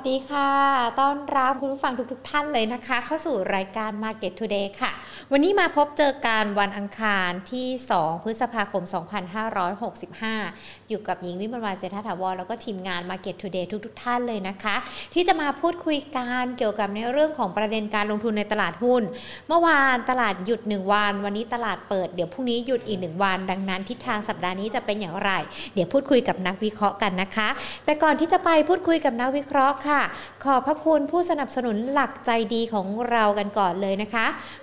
ดีค่ะต้อนรับคุณผู้ฟังทุกท่านเลยนะคะเข้าสู่รายการ Market Today ค่ะวันนี้มาพบเจอกันวันอังคารที่2พฤษภาคม2565อยู่กับหญิงวิมลวรรณเศรษฐถาวรแล้วก็ทีมงาน Market Today ทุกท่านเลยนะคะที่จะมาพูดคุยกันเกี่ยวกับในเรื่องของประเด็นการลงทุนในตลาดหุ้นเมื่อวานตลาดหยุด1วันนี้ตลาดเปิดเดี๋ยวพรุ่งนี้หยุดอีก1วันดังนั้นทิศทางสัปดาห์นี้จะเป็นอย่างไรเดี๋ยวพูดคุยกับนักวิเคราะห์กันนะคะแต่ก่อนที่จะไปพูดคุยกับนักวิเคราะห์ค่ะขอบพระคุณผู้สนับสนุนหลักใจดีของเรากันก่อนเลยนะคะ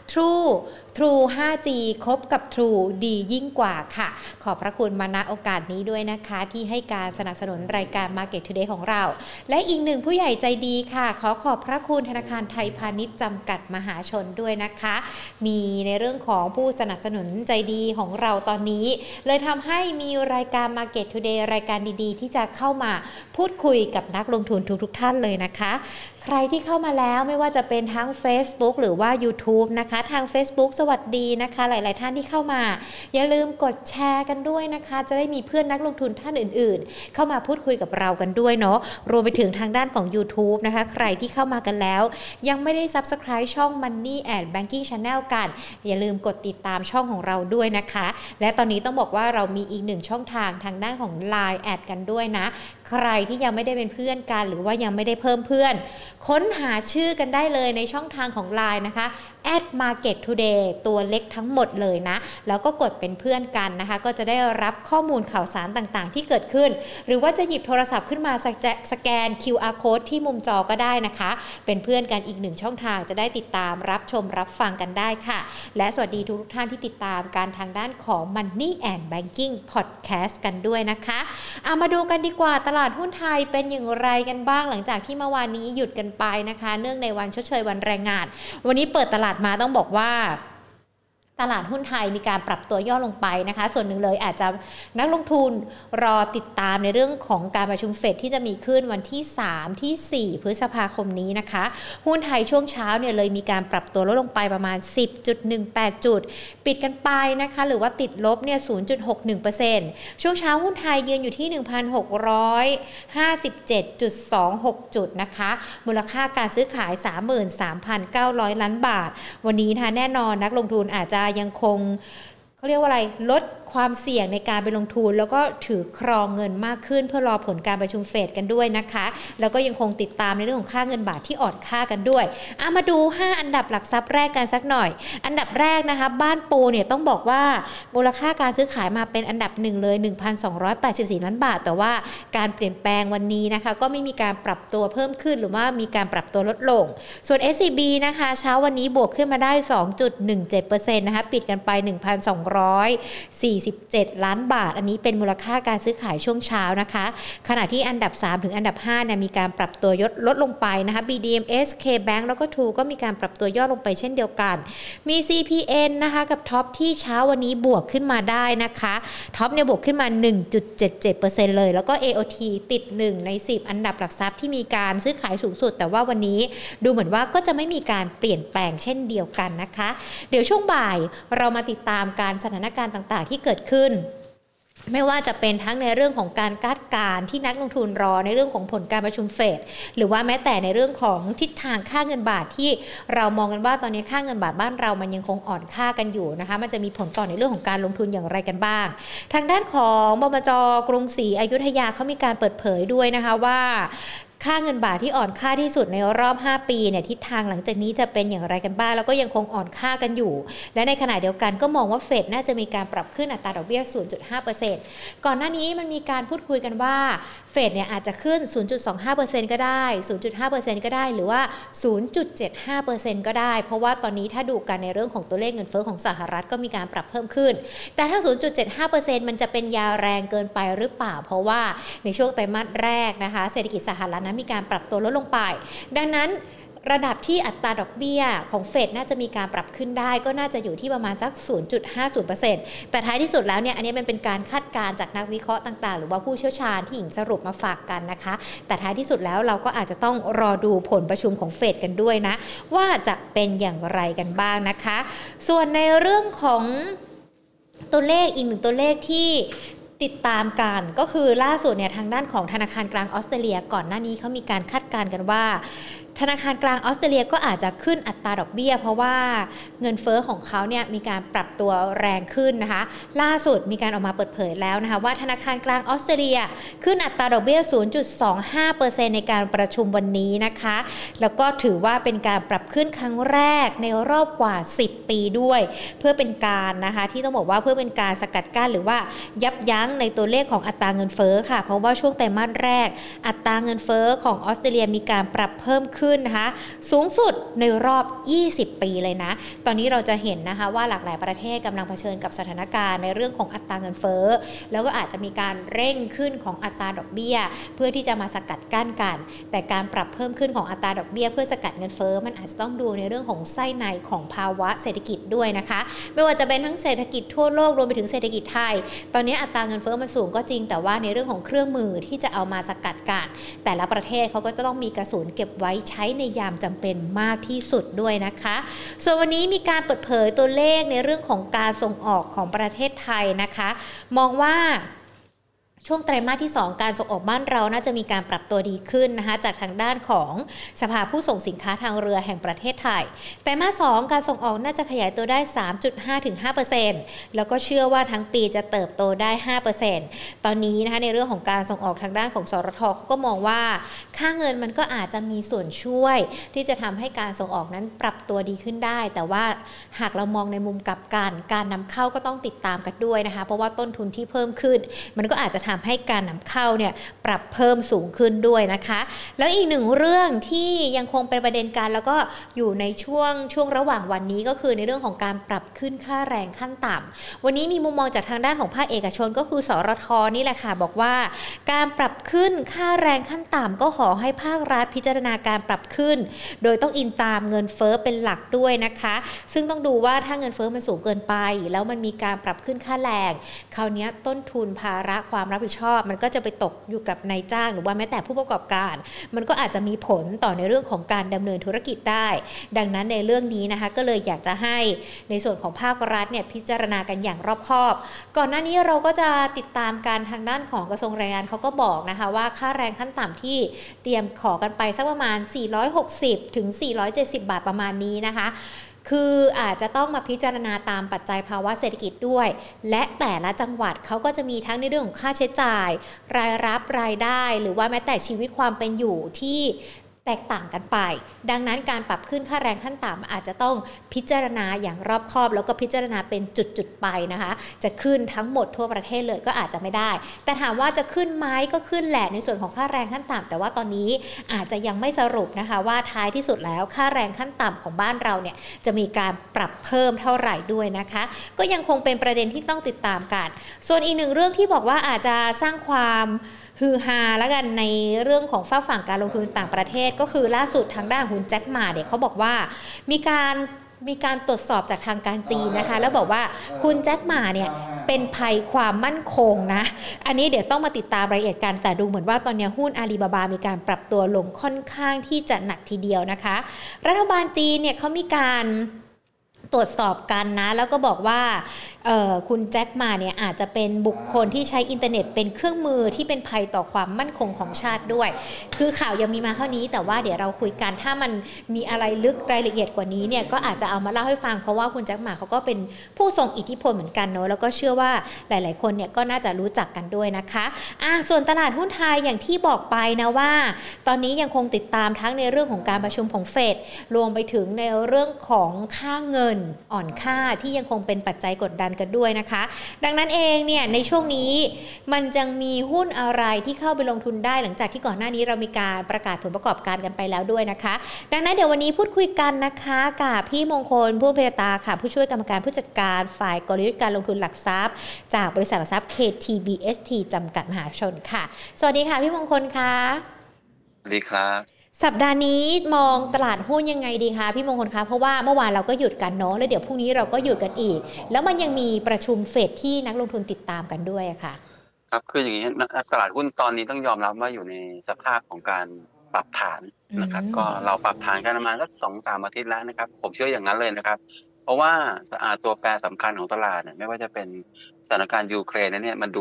True 5G คบกับ True ดียิ่งกว่าค่ะขอบพระคุณมาณโอกาสนี้ด้วยนะคะที่ให้การสนับสนุนรายการ Market Today ของเราและอีกหนึ่งผู้ใหญ่ใจดีค่ะขอบพระคุณธนาคารไทยพาณิชย์จำกัดมหาชนด้วยนะคะมีในเรื่องของผู้สนับสนุนใจดีของเราตอนนี้เลยทำให้มีรายการ Market Today รายการดีๆที่จะเข้ามาพูดคุยกับนักลงทุนทุกท่านเลยนะคะใครที่เข้ามาแล้วไม่ว่าจะเป็นทั้ง Facebook หรือว่า YouTube นะคะทาง Facebook สวัสดีนะคะหลายๆท่านที่เข้ามาอย่าลืมกดแชร์กันด้วยนะคะจะได้มีเพื่อนนักลงทุนท่านอื่นๆเข้ามาพูดคุยกับเรากันด้วยเนาะรวมไปถึงทางด้านของ YouTube นะคะใครที่เข้ามากันแล้วยังไม่ได้ Subscribe ช่อง Money and Banking Channel กันอย่าลืมกดติดตามช่องของเราด้วยนะคะและตอนนี้ต้องบอกว่าเรามีอีกหนึ่งช่องทางทางด้านของ LINE แอดกันด้วยนะใครที่ยังไม่ได้เป็นเพื่อนกันหรือว่ายังไม่ได้เพิ่มเพื่อนค้นหาชื่อกันได้เลยในช่องทางของ LINE นะคะ @Market Today ตัวเล็กทั้งหมดเลยนะแล้วก็กดเป็นเพื่อนกันนะคะก็จะได้รับข้อมูลข่าวสารต่างๆที่เกิดขึ้นหรือว่าจะหยิบโทรศัพท์ขึ้นมาสแกน QR Code ที่มุมจอก็ได้นะคะเป็นเพื่อนกันอีกหนึ่งช่องทางจะได้ติดตามรับชมรับฟังกันได้ค่ะและสวัสดีทุกท่านที่ติดตามการทางด้านของ Money and Banking Podcast กันด้วยนะคะเอามาดูกันดีกว่าตลาดหุ้นไทยเป็นอย่างไรกันบ้างหลังจากที่เมื่อวานนี้หยุดกันไปนะคะเนื่องในวันชดเชยวันแรงงานวันนี้เปิดตลาดมาต้องบอกว่าตลาดหุ้นไทยมีการปรับตัวย่อลงไปนะคะส่วนหนึ่งเลยอาจจะนักลงทุนรอติดตามในเรื่องของการประชุมเฟดที่จะมีขึ้นวันที่3ที่4พฤษภาคมนี้นะคะหุ้นไทยช่วงเช้าเนี่ยเลยมีการปรับตัวลดลงไปประมาณ 10.18 จุดปิดกันไปนะคะหรือว่าติดลบเนี่ย 0.61% ช่วงเช้าหุ้นไทยยืนอยู่ที่ 1,657.26 จุดนะคะมูลค่าการซื้อขาย 33,900 ล้านบาทวันนี้แน่นอนนักลงทุนอาจจะยังคงเขาเรียกว่าอะไรลดความเสี่ยงในการไปลงทุนแล้วก็ถือครองเงินมากขึ้นเพื่อรอผลการประชุมเฟดกันด้วยนะคะแล้วก็ยังคงติดตามในเรื่องของค่าเงินบาทที่อ่อนค่ากันด้วยมาดู5อันดับหลักทรัพย์แรกกันสักหน่อยอันดับแรกนะคะบ้านปูเนี่ยต้องบอกว่ามูลค่าการซื้อขายมาเป็นอันดับ1เลย 1,284 ล้านบาทแต่ว่าการเปลี่ยนแปลงวันนี้นะคะก็ไม่มีการปรับตัวเพิ่มขึ้นหรือว่ามีการปรับตัวลดลงส่วน SCB นะคะเช้าวันนี้บวกขึ้นมาได้ 2.17% นะคะปิดกันไป 1,247 ล้านบาทอันนี้เป็นมูลค่าการซื้อขายช่วงเช้านะคะขณะที่อันดับ3ถึงอันดับ5เนี่ยมีการปรับตัวลดลงไปนะคะ BDMs KBank แล้วก็ True ก็มีการปรับตัวย่อลงไปเช่นเดียวกันมี CPN นะคะกับท็อปที่เช้าวันนี้บวกขึ้นมาได้นะคะท็อปเนี่ยบวกขึ้นมา 1.77% เลยแล้วก็ AOT ติด1ใน10อันดับหลักทรัพย์ที่มีการซื้อขายสูงสุดแต่ว่าวันนี้ดูเหมือนว่าก็จะไม่มีการเปลี่ยนแปลงเช่นเดียวกันนะคะเดี๋ยวช่วงบ่ายเรามาติดตามการสถานการณ์ต่างๆที่เกิดขึ้นไม่ว่าจะเป็นทั้งในเรื่องของการคาดการณ์ที่นักลงทุนรอในเรื่องของผลการประชุมเฟดหรือว่าแม้แต่ในเรื่องของทิศทางค่าเงินบาทที่เรามองกันว่าตอนนี้ค่าเงินบาทบ้านเรามันยังคงอ่อนค่ากันอยู่นะคะมันจะมีผลต่อในเรื่องของการลงทุนอย่างไรกันบ้างทางด้านของบมจ.กรุงศรีอยุธยาเขามีการเปิดเผยด้วยนะคะว่าค่าเงินบาทที่อ่อนค่าที่สุดในรอบ5ปีเนี่ยทิศทางหลังจากนี้จะเป็นอย่างไรกันบ้างแล้วก็ยังคงอ่อนค่ากันอยู่และในขณะเดียวกันก็มองว่าเฟดน่าจะมีการปรับขึ้นอัตราดอกเบี้ย 0.5% ก่อนหน้านี้มันมีการพูดคุยกันว่าเฟดเนี่ยอาจจะขึ้น 0.25% ก็ได้ 0.5% ก็ได้หรือว่า 0.75% ก็ได้เพราะว่าตอนนี้ถ้าดูกันในเรื่องของตัวเลขเงินเฟ้อของสหรัฐก็มีการปรับเพิ่มขึ้นแต่ถ้า 0.75% มันจะเป็นยาแรงเกินไปหรือเปล่าเพราะว่าในช่วงไตรมาสแรกนะคะเศรษฐกิจสหรัฐมีการปรับตัวลดลงไปดังนั้นระดับที่อัตราดอกเบี้ยของเฟดน่าจะมีการปรับขึ้นได้ก็น่าจะอยู่ที่ประมาณสัก 0.50% แต่ท้ายที่สุดแล้วเนี่ยอันนี้มันเป็นการคาดการณ์จากนักวิเคราะห์ต่างๆหรือว่าผู้เชี่ยวชาญที่หญิงสรุปมาฝากกันนะคะแต่ท้ายที่สุดแล้วเราก็อาจจะต้องรอดูผลประชุมของเฟดกันด้วยนะว่าจะเป็นอย่างไรกันบ้างนะคะส่วนในเรื่องของตัวเลขอีกหนึ่งตัวเลขที่ติดตามกันก็คือล่าสุดเนี่ยทางด้านของธนาคารกลางออสเตรเลียก่อนหน้านี้เขามีการคาดการณ์กันว่าธนาคารกลางออสเตรเลียก็อาจจะขึ้นอัตราดอกเบี้ยเพราะว่าเงินเฟ้อของเขาเนี่ยมีการปรับตัวแรงขึ้นนะคะล่าสุดมีการออกมาเปิดเผยแล้วนะคะว่าธนาคารกลางออสเตรเลียขึ้นอัตราดอกเบี้ย 0.25% ในการประชุมวันนี้นะคะแล้วก็ถือว่าเป็นการปรับขึ้นครั้งแรกในรอบกว่า10ปีด้วยเพื่อเป็นการนะคะที่ต้องบอกว่าเพื่อเป็นการสกัดกั้นหรือว่ายับยั้งในตัวเลขของอัตราเงินเฟ้อค่ะเพราะว่าช่วงไตรมาสแรกอัตราเงินเฟ้อของออสเตรเลียมีการปรับเพิ่มขึ้นนะคะสูงสุดในรอบ20ปีเลยนะตอนนี้เราจะเห็นนะคะว่าหลากหลายประเทศกำลังเผชิญกับสถานการณ์ในเรื่องของอัตราเงินเฟ้อแล้วก็อาจจะมีการเร่งขึ้นของอัตราดอกเบี้ยเพื่อที่จะมาสกัดกั้นกันแต่การปรับเพิ่มขึ้นของอัตราดอกเบี้ยเพื่อสกัดเงินเฟ้อมันอาจจะต้องดูในเรื่องของไส้ในของภาวะเศรษฐกิจด้วยนะคะไม่ว่าจะเป็นทั้งเศรษฐกิจทั่วโลกรวมไปถึงเศรษฐกิจไทยตอนนี้อัตราเงินเฟ้อมันสูงก็จริงแต่ว่าในเรื่องของเครื่องมือที่จะเอามาสกัดกั้นแต่ละประเทศเขาก็จะต้องมีกระสุนเก็บไว้ใช้ในยามจำเป็นมากที่สุดด้วยนะคะส่วนวันนี้มีการเปิดเผยตัวเลขในเรื่องของการส่งออกของประเทศไทยนะคะมองว่าช่วงไตรมาสที่2การส่งออกบ้านเราน่าจะมีการปรับตัวดีขึ้นนะคะจากทางด้านของสภาผู้ส่งสินค้าทางเรือแห่งประเทศไทยไตรมาส2การส่งออกน่าจะขยายตัวได้ 3.5 ถึง 5% แล้วก็เชื่อว่าทั้งปีจะเติบโตได้ 5% ตอนนี้นะคะในเรื่องของการส่งออกทางด้านของสรท.เขาก็มองว่าค่าเงินมันก็อาจจะมีส่วนช่วยที่จะทำให้การส่งออกนั้นปรับตัวดีขึ้นได้แต่ว่าหากเรามองในมุมกลับกันการนำเข้าก็ต้องติดตามกันด้วยนะคะเพราะว่าต้นทุนที่เพิ่มขึ้นมันก็อาจจะทำให้การนำเข้าเนี่ยปรับเพิ่มสูงขึ้นด้วยนะคะแล้วอีกหนึ่งเรื่องที่ยังคงเป็นประเด็นกันแล้วก็อยู่ในช่วงระหว่างวันนี้ก็คือในเรื่องของการปรับขึ้นค่าแรงขั้นต่ำวันนี้มีมุมมองจากทางด้านของภาคเอกชนก็คือสรท.นี่แหละค่ะบอกว่าการปรับขึ้นค่าแรงขั้นต่ำก็ขอให้ภาครัฐพิจารณาการปรับขึ้นโดยต้องอิงตามเงินเฟ้อเป็นหลักด้วยนะคะซึ่งต้องดูว่าถ้าเงินเฟ้อมันสูงเกินไปแล้วมันมีการปรับขึ้นค่าแรงคราวนี้ต้นทุนภาระความรับผิดชอบมันก็จะไปตกอยู่กับนายจ้างหรือว่าแม้แต่ผู้ประกอบการมันก็อาจจะมีผลต่อในเรื่องของการดำเนินธุรกิจได้ดังนั้นในเรื่องนี้นะคะก็เลยอยากจะให้ในส่วนของภาครัฐเนี่ยพิจารณากันอย่างรอบคอบก่อนหน้านี้เราก็จะติดตามการทางด้านของกระทรวงแรงงานเขาก็บอกนะคะว่าค่าแรงขั้นต่ำที่เตรียมขอกันไปสักประมาณ460ถึง470บาทประมาณนี้นะคะคืออาจจะต้องมาพิจารณาตามปัจจัยภาวะเศรษฐกิจด้วยและแต่ละจังหวัดเขาก็จะมีทั้งในเรื่องของค่าใช้จ่ายรายรับรายได้หรือว่าแม้แต่ชีวิตความเป็นอยู่ที่แตกต่างกันไปดังนั้นการปรับขึ้นค่าแรงขั้นต่ำอาจจะต้องพิจารณาอย่างรอบคอบแล้วก็พิจารณาเป็นจุดๆไปนะคะจะขึ้นทั้งหมดทั่วประเทศเลยก็อาจจะไม่ได้แต่ถามว่าจะขึ้นไหมก็ขึ้นแหละในส่วนของค่าแรงขั้นต่ำแต่ว่าตอนนี้อาจจะยังไม่สรุปนะคะว่าท้ายที่สุดแล้วค่าแรงขั้นต่ำของบ้านเราเนี่ยจะมีการปรับเพิ่มเท่าไหร่ด้วยนะคะก็ยังคงเป็นประเด็นที่ต้องติดตามกันส่วนอีกหนึ่งเรื่องที่บอกว่าอาจจะสร้างความฮือฮาแล้วกันในเรื่องของฝั่งการลงทุนต่างประเทศก็คือล่าสุดทางด้านหุ้นแจ็คหม่าเนี่ยเขาบอกว่ามีการตรวจสอบจากทางการจีนนะคะแล้วบอกว่าคุณแจ็คหม่าเนี่ยเป็นภัยความมั่นคงนะอันนี้เดี๋ยวต้องมาติดตามรายละเอียดกันแต่ดูเหมือนว่าตอนนี้หุ้นอาลีบาบามีการปรับตัวลงค่อนข้างที่จะหนักทีเดียวนะคะรัฐบาลจีนเนี่ยเขามีการตรวจสอบกันนะแล้วก็บอกว่าคุณแจ็คหม่าเนี่ยอาจจะเป็นบุคคลที่ใช้อินเทอร์เน็ตเป็นเครื่องมือที่เป็นภัยต่อความมั่นคงของชาติด้วยคือข่าวยังมีมาเท่านี้แต่ว่าเดี๋ยวเราคุยกันถ้ามันมีอะไรลึกรายละเอียดกว่านี้เนี่ยก็อาจจะเอามาเล่าให้ฟังเพราะว่าคุณแจ็คหม่าเขาก็เป็นผู้ทรงอิทธิพลเหมือนกันเนาะแล้วก็เชื่อว่าหลายๆคนเนี่ยก็น่าจะรู้จักกันด้วยนะคะส่วนตลาดหุ้นไทยอย่างที่บอกไปนะว่าตอนนี้ยังคงติดตามทั้งในเรื่องของการประชุมของเฟดรวมไปถึงในเรื่องของค่าเงินอ่อนค่าที่ยังคงเป็นปัจจัยกดดันกันด้วยนะคะดังนั้นเองเนี่ยในช่วงนี้มันจะมีหุ้นอะไรที่เข้าไปลงทุนได้หลังจากที่ก่อนหน้านี้เรามีการประกาศผลประกอบการกันไปแล้วด้วยนะคะดังนั้นเดี๋ยววันนี้พูดคุยกันนะคะกับพี่มงคลผู้เพรตาค่ะผู้ช่วยกรรมการผู้จัดการฝ่ายกลยุทธ์การลงทุนหลักทรัพย์จากบริษัทหลักทรัพย์ KTBST จำกัดมหาชนค่ะสวัสดีค่ะพี่มงคลค่ะสวัสดีครับสัปดาห์นี้มองตลาดหุ้นยังไงดีคะพี่มงคลคะเพราะว่าเมื่อวานเราก็หยุดกันเนาะแล้วเดี๋ยวพรุ่งนี้เราก็หยุดกันอีกแล้วมันยังมีประชุมเฟดที่นักลงทุนติดตามกันด้วยค่ะครับคืออย่างนี้ตลาดหุ้นตอนนี้ต้องยอมรับว่าอยู่ในสภาพของการปรับฐานนะครับก็เราปรับฐานกันประมาณก็2-3 อาทิตย์แล้วนะครับผมเชื่ออย่างนั้นเลยนะครับเพราะว่าตัวแปรสำคัญของตลาดเนี่ยไม่ว่าจะเป็นสถานการณ์ยูเครนเนี่ยมันดู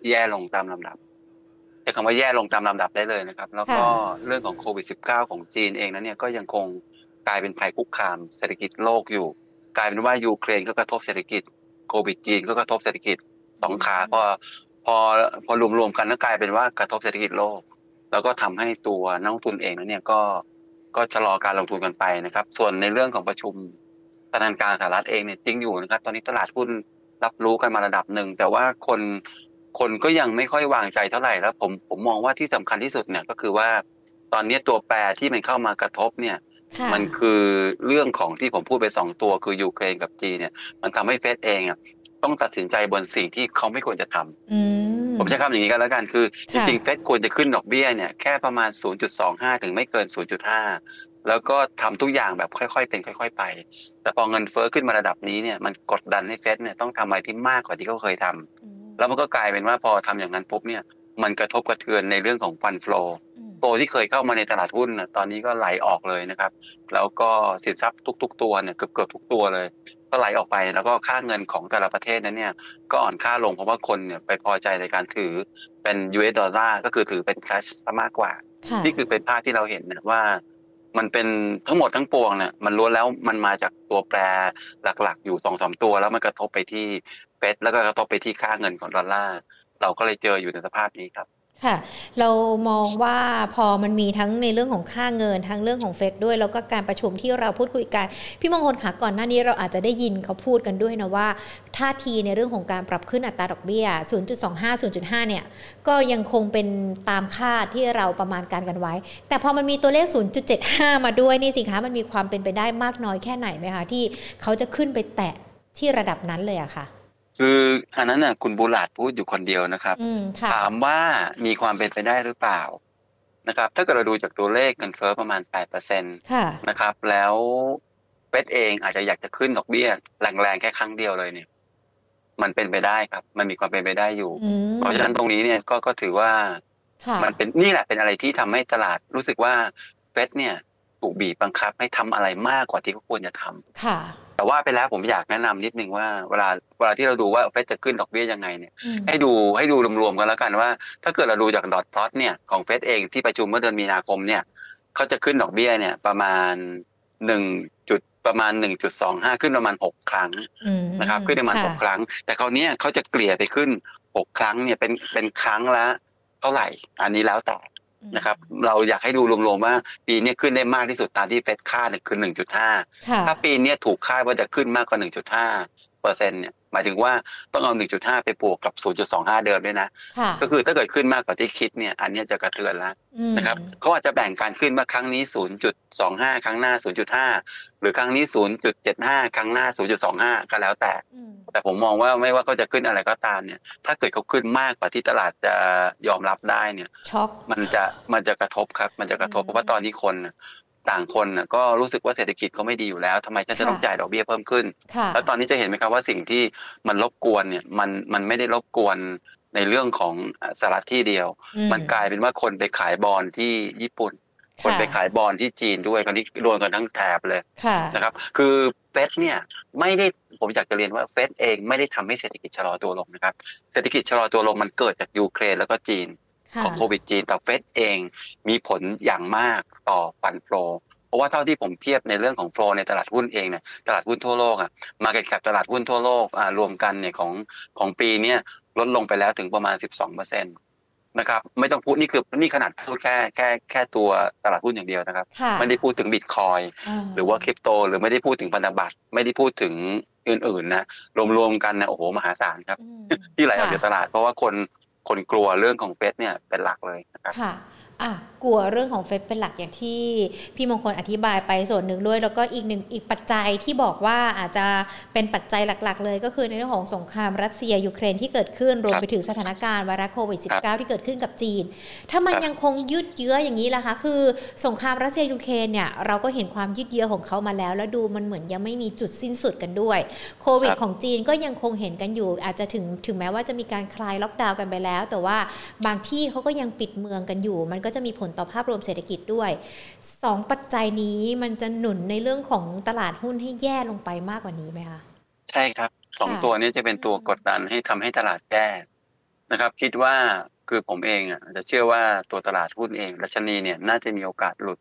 แย่ลงตามลำดับใช้คำว่าแย่ลงตามลำดับได้เลยนะครับแล้วก็เรื่องของโควิด -19 ของจีนเองนั้นเนี่ยก็ยังคงกลายเป็นภัยคุกคามเศรษฐกิจโลกอยู่กลายเป็นว่ายูเครนก็กระทบเศรษฐกิจโควิดจีนก็กระทบเศรษฐกิจสองขาพอรวมๆกันก็กลายเป็นว่ากระทบเศรษฐกิจโลกแล้วก็ทำให้ตัวนักลงทุนเองนั้นเนี่ยก็ชะลอการลงทุนกันไปนะครับส่วนในเรื่องของประชุมธนาคารสหรัฐเองเนี่ยจริงอยู่นะครับตอนนี้ตลาดหุ้นรับรู้กันมาระดับหนึ่งแต่ว่าคนก็ยังไม่ค่อยวางใจเท่าไหร่แล้วผมมองว่าที่สำคัญที่สุดเนี่ยก็คือว่าตอนนี้ตัวแปรที่มันเข้ามากระทบเนี่ยมันคือเรื่องของที่ผมพูดไป2ตัวคือยูเครนกับจีนเนี่ยมันทำให้เฟดเองต้องตัดสินใจบนสิ่งที่เขาไม่ควรจะทำผมใช้คำอย่างนี้กันแล้วกันคือจริงๆเฟดควรจะขึ้นดอกเบี้ยเนี่ยแค่ประมาณ 0.25 ถึงไม่เกิน 0.5 แล้วก็ทำทุกอย่างแบบค่อยๆเป็นค่อยๆไปแต่พอเงินเฟ้อขึ้นมาระดับนี้เนี่ยมันกดดันให้เฟดเนี่ยต้องทำอะไรที่มากกว่าที่เขาเคยทำแล้วมันก็กลายเป็นว่าพอทำอย่างนั้นปุ๊บเนี่ยมันกระทบกระเทือนในเรื่องของฟันโฟลที่เคยเข้ามาในตลาดหุ้นตอนนี้ก็ไหลออกเลยนะครับแล้วก็สินทรัพย์ทุกๆตัวเนี่ยเกือบทุกตัวเลยก็ไหลออกไปแล้วก็ค่าเงินของแต่ละประเทศนั้นเนี่ยก็อ่อนค่าลงเพราะว่าคนเนี่ยไปพอใจในการถือเป็น US ดอลลาร์ก็คือถือเป็นแคชมากกว่านี่คือเป็นภาพที่เราเห็นนะว่ามันเป็นทั้งหมดทั้งปวงเนี่ยมันล้วนแล้วมันมาจากตัวแปรหลักๆอยู่ 2-3 ตัวแล้วมันกระทบไปที่เฟดแล้วก็กระทบไปที่ค่าเงินของดอลลาร์เราก็เลยเจออยู่ในสภาพนี้ครับค่ะเรามองว่าพอมันมีทั้งในเรื่องของค่าเงินทั้งเรื่องของเฟดด้วยแล้วก็การประชุมที่เราพูดคุยกันพี่มงคลค่ะก่อนหน้านี้เราอาจจะได้ยินเขาพูดกันด้วยนะว่าท่าทีในเรื่องของการปรับขึ้นอัตราดอกเบี้ย 0.25 0.5 เนี่ยก็ยังคงเป็นตามคาดที่เราประมาณการกันไว้แต่พอมันมีตัวเลข 0.75 มาด้วยนี่สิคะมันมีความเป็นไปได้มากน้อยแค่ไหนไหมคะที่เขาจะขึ้นไปแตะที่ระดับนั้นเลยอะค่ะคืออันนั้นน่ะคุณบูหลาดพูดอยู่คนเดียวนะครับถามว่ามีความเป็นไปได้หรือเปล่านะครับถ้าเกิดเราดูจากตัวเลขเงินเฟ้อประมาณ 8% นะครับแล้วเฟดเองอาจจะอยากจะขึ้นดอกเบี้ยแรงๆแค่ครั้งเดียวเลยเนี่ยมันเป็นไปได้ครับมันมีความเป็นไปได้อยู่เพราะฉะนั้นตรงนี้เนี่ยก็ถือว่ามันเป็นนี่แหละเป็นอะไรที่ทำให้ตลาดรู้สึกว่าเฟดเนี่ยถูกบีบบังคับให้ทำอะไรมากกว่าที่เขาควรจะทำแต่ว่าไปแล้วผมอยากแนะนำนิดนึงว่าเวลาที่เราดูว่าเฟดจะขึ้นดอกเบี้ยยังไงเนี่ยให้ดูรวมๆกันแล้วกันว่าถ้าเกิดเราดูจากดอทพลอตเนี่ยของเฟดเองที่ประชุมเมื่อเดือนมีนาคมเนี่ยเขาจะขึ้นดอกเบี้ยเนี่ยประมาณ1.25 ขึ้นประมาณ6 ครั้งนะครับขึ้นประมาณ6 ครั้งแต่คราวนี้เขาจะเกลี่ยไปขึ้น6 ครั้งเนี่ยเป็นครั้งละเท่าไหร่อันนี้แล้วแต่นะครับเราอยากให้ดูรวมๆว่าปีนี้ขึ้นได้มากที่สุดตามที่เฟดคาดเนี่ยคือ 1.5 ถ้าปีนี้ถูกคาดว่าจะขึ้นมากกว่า 1.5% เนี่ยหมายถึงว่าต้องเอา 1.5 ไปบวกกับ 0.25 เดิมด้วยนะก็คือถ้าเกิดขึ้นมากกว่าที่คิดเนี่ยอันนี้จะกระเทือนแล้วนะครับเขาอาจจะแบ่งการขึ้นมาครั้งนี้ 0.25 ครั้งหน้า 0.5 หรือครั้งนี้ 0.75 ครั้งหน้า 0.25 ก็แล้วแต่ผมมองว่าไม่ว่าเขาจะขึ้นอะไรก็ตามเนี่ยถ้าเกิดเขาขึ้นมากกว่าที่ตลาดจะยอมรับได้เนี่ยช็อกมันจะกระทบครับมันจะกระทบเพราะว่าตอนนี้ต่างคนก็รู้สึกว่าเศรษฐกิจเขาไม่ดีอยู่แล้วทำไมฉันจะต้องจ่ายดอกเบี้ยเพิ่มขึ้นแล้วตอนนี้จะเห็นไหมครับว่าสิ่งที่มันรบกวนเนี่ยมันไม่ได้รบกวนในเรื่องของสหรัฐที่เดียวมันกลายเป็นว่าคนไปขายบอนด์ที่ญี่ปุ่นคนไปขายบอนด์ที่จีนด้วยคราวนี้รวมกันทั้งแถบเลยนะครับคือเฟดเนี่ยไม่ได้ผมอยากจะเรียนว่าเฟดเองไม่ได้ทำให้เศรษฐกิจชะลอตัวลงนะครับเศรษฐกิจชะลอตัวลงมันเกิดจากยูเครนแล้วก็จีนของโควิดจีนแต่เฟดเองมีผลอย่างมากต่อฟันโฟลเพราะว่าเท่าที่ผมเทียบในเรื่องของโฟลในตลาดหุ้นเองเนี่ยตลาดหุ้นทั่วโลกmarket cap ตลาดหุ้นทั่วโลกรวมกันเนี่ยของปีนี้ลดลงไปแล้วถึงประมาณ 12% นะครับไม่ต้องพูดนี่ขนาดพูดแค่ตัวตลาดหุ้นอย่างเดียวนะครับไม่ได้พูดถึงบิตคอยหรือว่าคริปโตหรือไม่ได้พูดถึงพันธบัตรไม่ได้พูดถึงอื่นๆนะรวมๆกันนะโอ้โหมหาศาลครับที่ไหลออกจากตลาดเพราะว่าคนกลัวเรื่องของเฟดเนี่ยเป็นหลักเลยนะครับกลัวเรื่องของเฟดเป็นหลักอย่างที่พี่มงคลอธิบายไปส่วนหนึ่งด้วยแล้วก็อีกปัจจัยที่บอกว่าอาจจะเป็นปัจจัยหลักๆเลยก็คือในเรื่องของสงครามรัสเซียยูเครนที่เกิดขึ้นรวมไปถึงสถานการณ์ไวรัสโควิด -19 ที่เกิดขึ้นกับจีนถ้ามันยังคงยืดเยื้ออย่างนี้ล่ะคะคือสงครามรัสเซียยูเครนเนี่ยเราก็เห็นความยืดเยื้อของเขามาแล้วดูมันเหมือนยังไม่มีจุดสิ้นสุดกันด้วยโควิดของจีนก็ยังคงเห็นกันอยู่อาจจะถึงแม้ว่าจะมีการคลายล็อกดาวน์กันไปแล้วแต่ว่าบางที่เขาก็ยังปิดเมืองกันอยู่มันก็จะมีผลต่อภาพรวมเศรษฐกิจด้วย2ปัจจัยนี้มันจะหนุนในเรื่องของตลาดหุ้นให้แย่ลงไปมากกว่านี้ไหมคะใช่ครับ2ตัวนี้จะเป็นตัวกดดันให้ทำให้ตลาดแย่นะครับคิดว่าคือผมเองจะเชื่อว่าตัวตลาดหุ้นเองดัชนีเนี่ยน่าจะมีโอกาสหลุด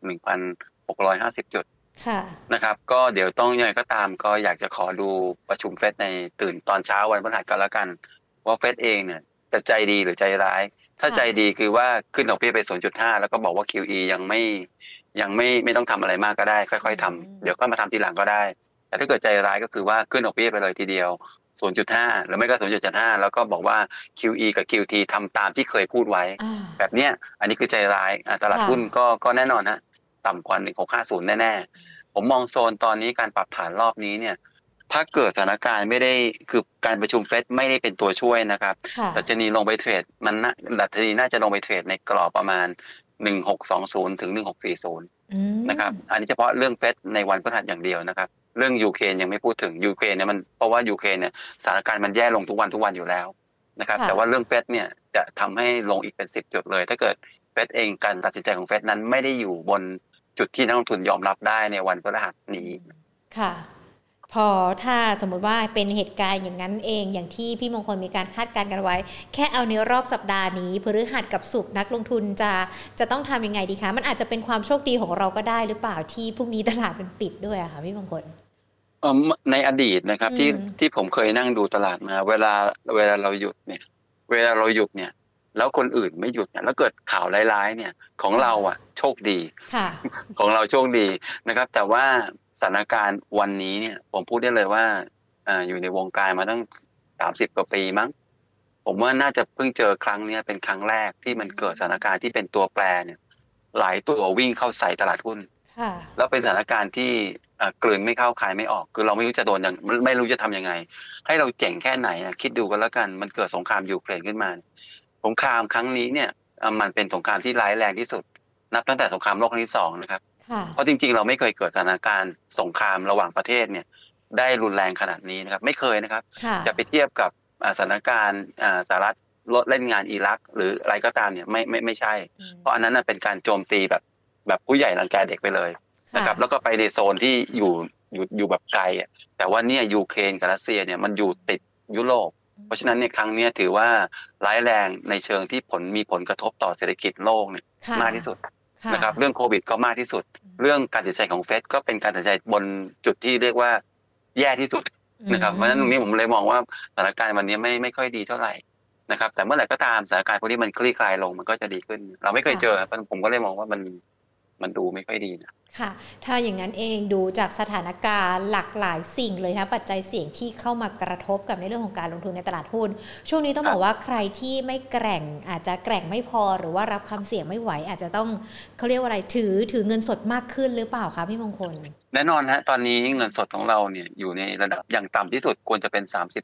1,650 จุดนะครับก็เดี๋ยวต้องยังไงก็ตามก็อยากจะขอดูประชุมเฟดในตื่นตอนเช้าวันพฤหัสกันแล้วกันว่าเฟดเองเนี่ยจะใจดีหรือใจร้ายถ้าใจดีคือว่าขึ้นดอกเบี้ยไป 0.5 แล้วก็บอกว่า QE ยังไม่ต้องทำอะไรมากก็ได้ค่อยๆทำเดี๋ยวก็มาทำทีหลังก็ได้แต่ถ้าเกิดใจร้ายก็คือว่าขึ้นดอกเบี้ยไปเลยทีเดียว 0.5 หรือไม่ก็ 0.75 แล้วก็บอกว่า QE กับ QT ทำตามที่เคยพูดไว้แบบเนี้ยอันนี้คือใจร้ายตลาดหุ้นก็แน่นอนฮะต่ำกว่า 1650 แน่ๆผมมองโซนตอนนี้การปรับฐานรอบนี้เนี่ยถ้าเกิดสถานการณ์ไม่ได้คือการประชุมเฟดไม่ได้เป็นตัวช่วยนะครับดัชนีลงไปเทรดดัชนีน่าจะลงไปเทรดในกรอบประมาณ 1620 ถึง 1640 นะครับอันนี้เฉพาะเรื่องเฟดในวันพฤหัสอย่างเดียวนะครับเรื่องยูเครนยังไม่พูดถึงยูเครนเนี่ยมันเพราะว่ายูเครนเนี่ยสถานการณ์มันแย่ลงทุกวันอยู่แล้วนะครับแต่ว่าเรื่องเฟดเนี่ยจะทำให้ลงอีกเป็น10 จุดเลยถ้าเกิดเฟดเองการตัดสินใจของเฟดนั้นไม่ได้อยู่บนจุดที่นักลงทุนยอมรับได้ในวันพฤหัสนี้ค่ะพอถ้าสมมุติว่าเป็นเหตุการณ์อย่างนั้นเองอย่างที่พี่มงคลมีการคาดการณ์กันไว้แค่เอาในรอบสัปดาห์นี้พฤหัสกับศุกร์นักลงทุนจะต้องทำยังไงดีคะมันอาจจะเป็นความโชคดีของเราก็ได้หรือเปล่าที่พรุ่งนี้ตลาดมันปิดด้วยอะค่ะพี่มงคลในอดีตนะครับที่ผมเคยนั่งดูตลาดมาเวลาเราหยุดเนี่ยแล้วคนอื่นไม่หยุดเนี่ยแล้วเกิดข่าวร้ายๆเนี่ยของเราโชคดีของเราโชคดีนะครับแต่ว่าสถานการณ์วันนี้เนี่ยผมพูดได้เลยว่าอยู่ในวงการมาตั้ง30 กว่าปีมั้งผมว่าน่าจะเพิ่งเจอครั้งนี้เป็นครั้งแรกที่มันเกิดสถานการณ์ที่เป็นตัวแปรเนี่ยหลายตัววิ่งเข้าใส่ตลาดหุ้นแล้วเป็นสถานการณ์ที่กลืนไม่เข้าคายไม่ออกคือเราไม่รู้จะโดนอย่างไม่รู้จะทำยังไงให้เราเจ๋งแค่ไหนคิดดูกันแล้วกันมันเกิดสงครามยูเครนขึ้นมาสงครามครั้งนี้เนี่ยมันเป็นสงครามที่ร้ายแรงที่สุดนับตั้งแต่สงครามโลกครั้งที่2นะครับเพราะจริงๆเราไม่เคยเกิดสถานการณ์สงครามระหว่างประเทศเนี่ยได้รุนแรงขนาดนี้นะครับไม่เคยนะครับจะไปเทียบกับสถานการณ์สหรัฐเล่นงานอิรักหรืออะไรก็ตามเนี่ยไม่ใช่เพราะอันนั้นเป็นการโจมตีแบบผู้ใหญ่รังแกเด็กไปเลยนะครับแล้วก็ไปในโซนที่อยู่แบบไกลแต่ว่าเนี่ยยูเครนกับรัสเซียเนี่ยมันอยู่ติดยุโรปเพราะฉะนั้นเนี่ยครั้งนี้ถือว่าร้ายแรงในเชิงที่มีผลกระทบต่อเศรษฐกิจโลกเนี่ยมากที่สุดนะครับเรื่องโควิดก็มากที่สุดเรื่องการตัดสินใจของเฟดก็เป็นการตัดสินใจบนจุดที่เรียกว่าแย่ที่สุดนะครับเพราะฉะนั้นตรงนี้ผมเลยมองว่าสถานการณ์วันนี้ไม่ค่อยดีเท่าไหร่นะครับแต่เมื่อไหร่ก็ตามสถานการณ์พวกนี้มันคลี่คลายลงมันก็จะดีขึ้นเราไม่เคยเจอผมก็เลยมองว่ามันดูไม่ค่อยดีนะค่ะถ้าอย่างนั้นเองดูจากสถานการณ์หลากหลายสิ่งเลยนะปัจจัยเสี่ยงที่เข้ามากระทบกับในเรื่องของการลงทุนในตลาดหุ้นช่วงนี้ต้องบอกว่าใครที่ไม่แกร่งอาจจะแกร่งไม่พอหรือว่ารับความเสี่ยงไม่ไหวอาจจะต้องเขาเรียกว่าอะไรถือเงินสดมากขึ้นหรือเปล่าคะพี่มงคลแน่นอนฮะตอนนี้เงินสดของเราเนี่ยอยู่ในระดับอย่างต่ำที่สุดควรจะเป็น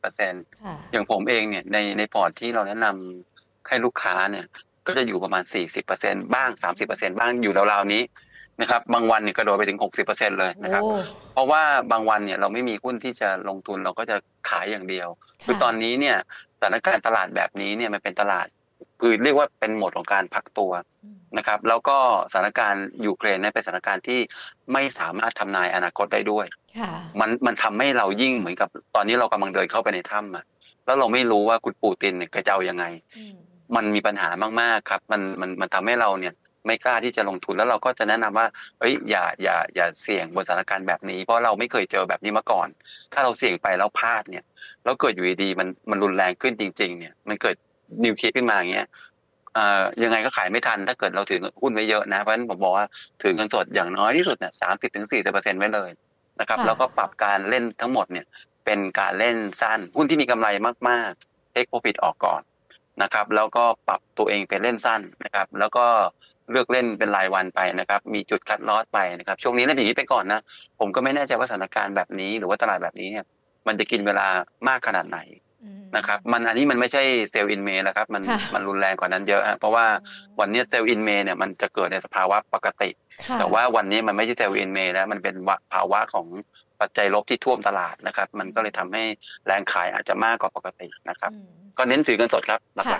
30% อย่างผมเองเนี่ยในพอร์ตที่เราแนะนำให้ลูกค้าเนี่ยก็จะอยู่ประมาณ 40% บ้าง 30% บ้างอยู่ราวๆนี้นะครับบางวันเนี่ยกระโดดไปถึง 60% เลยนะครับเพราะว่าบางวันเนี่ยเราไม่มีหุ้นที่จะลงทุนเราก็จะขายอย่างเดียวคือตอนนี้เนี่ยสถานการณ์ตลาดแบบนี้เนี่ยมันเป็นตลาดคือเรียกว่าเป็นโหมดของการพักตัวนะครับแล้วก็สถานการณ์ยูเครนเนี่ยเป็นสถานการณ์ที่ไม่สามารถทำนายอนาคตได้ด้วยมันทำให้เรายิ่งเหมือนกับตอนนี้เรากำลังเดินเข้าไปในถ้ำแล้วเราไม่รู้ว่าคุณปูตินเนี่ยจะเอายังไงมันมีปัญหามากๆครับมันทำให้เราเนี่ยไม่กล้าที่จะลงทุนแล้วเราก็จะแนะนำว่าอย่าเสี่ยงบนสถานการณ์แบบนี้เพราะเราไม่เคยเจอแบบนี้มาก่อนถ้าเราเสี่ยงไปแล้วพลาดเนี่ยแล้วเกิดอยู่ดีๆมันรุนแรงขึ้นจริงๆเนี่ยมันเกิดนิวเคลียร์ขึ้นมาอย่างเงี้ยยังไงก็ขายไม่ทันถ้าเกิดเราถือหุ้นไว้เยอะนะเพราะฉะนั้นผมบอกว่าถือเงินสดอย่างน้อยที่สุดเนี่ย30-40% ไว้เลยนะครับแล้วก็ปรับการเล่นทั้งหมดเนี่ยเป็นการเล่นสั้นหุ้นที่มีกำไรมากๆ take profit ออกก่อนนะครับแล้วก็ปรับตัวเองเป็นเล่นสั้นนะครับแล้วก็เลือกเล่นเป็นรายวันไปนะครับมีจุดคัทลอสไปนะครับช่วงนี้เล่นอย่างนี้ไปก่อนนะผมก็ไม่แน่ใจว่าสถานการณ์แบบนี้หรือว่าตลาดแบบนี้เนี่ยมันจะกินเวลามากขนาดไหนนะครับอันนี้มันไม่ใช่เซลล์อินเมย์แล้วครับมันรุนแรงกว่านั้นเยอะเพราะว่าวันนี้เซลล์อินเมย์เนี่ยมันจะเกิดในสภาวะปกติแต่ว่าวันนี้มันไม่ใช่เซลล์อินเมย์แล้วมันเป็นภาวะของปัจจัยลบที่ท่วมตลาดนะครับมันก็เลยทำให้แรงขายอาจจะมากกว่าปกตินะครับก็เน้นถือเงินสดครับหลักๆของผม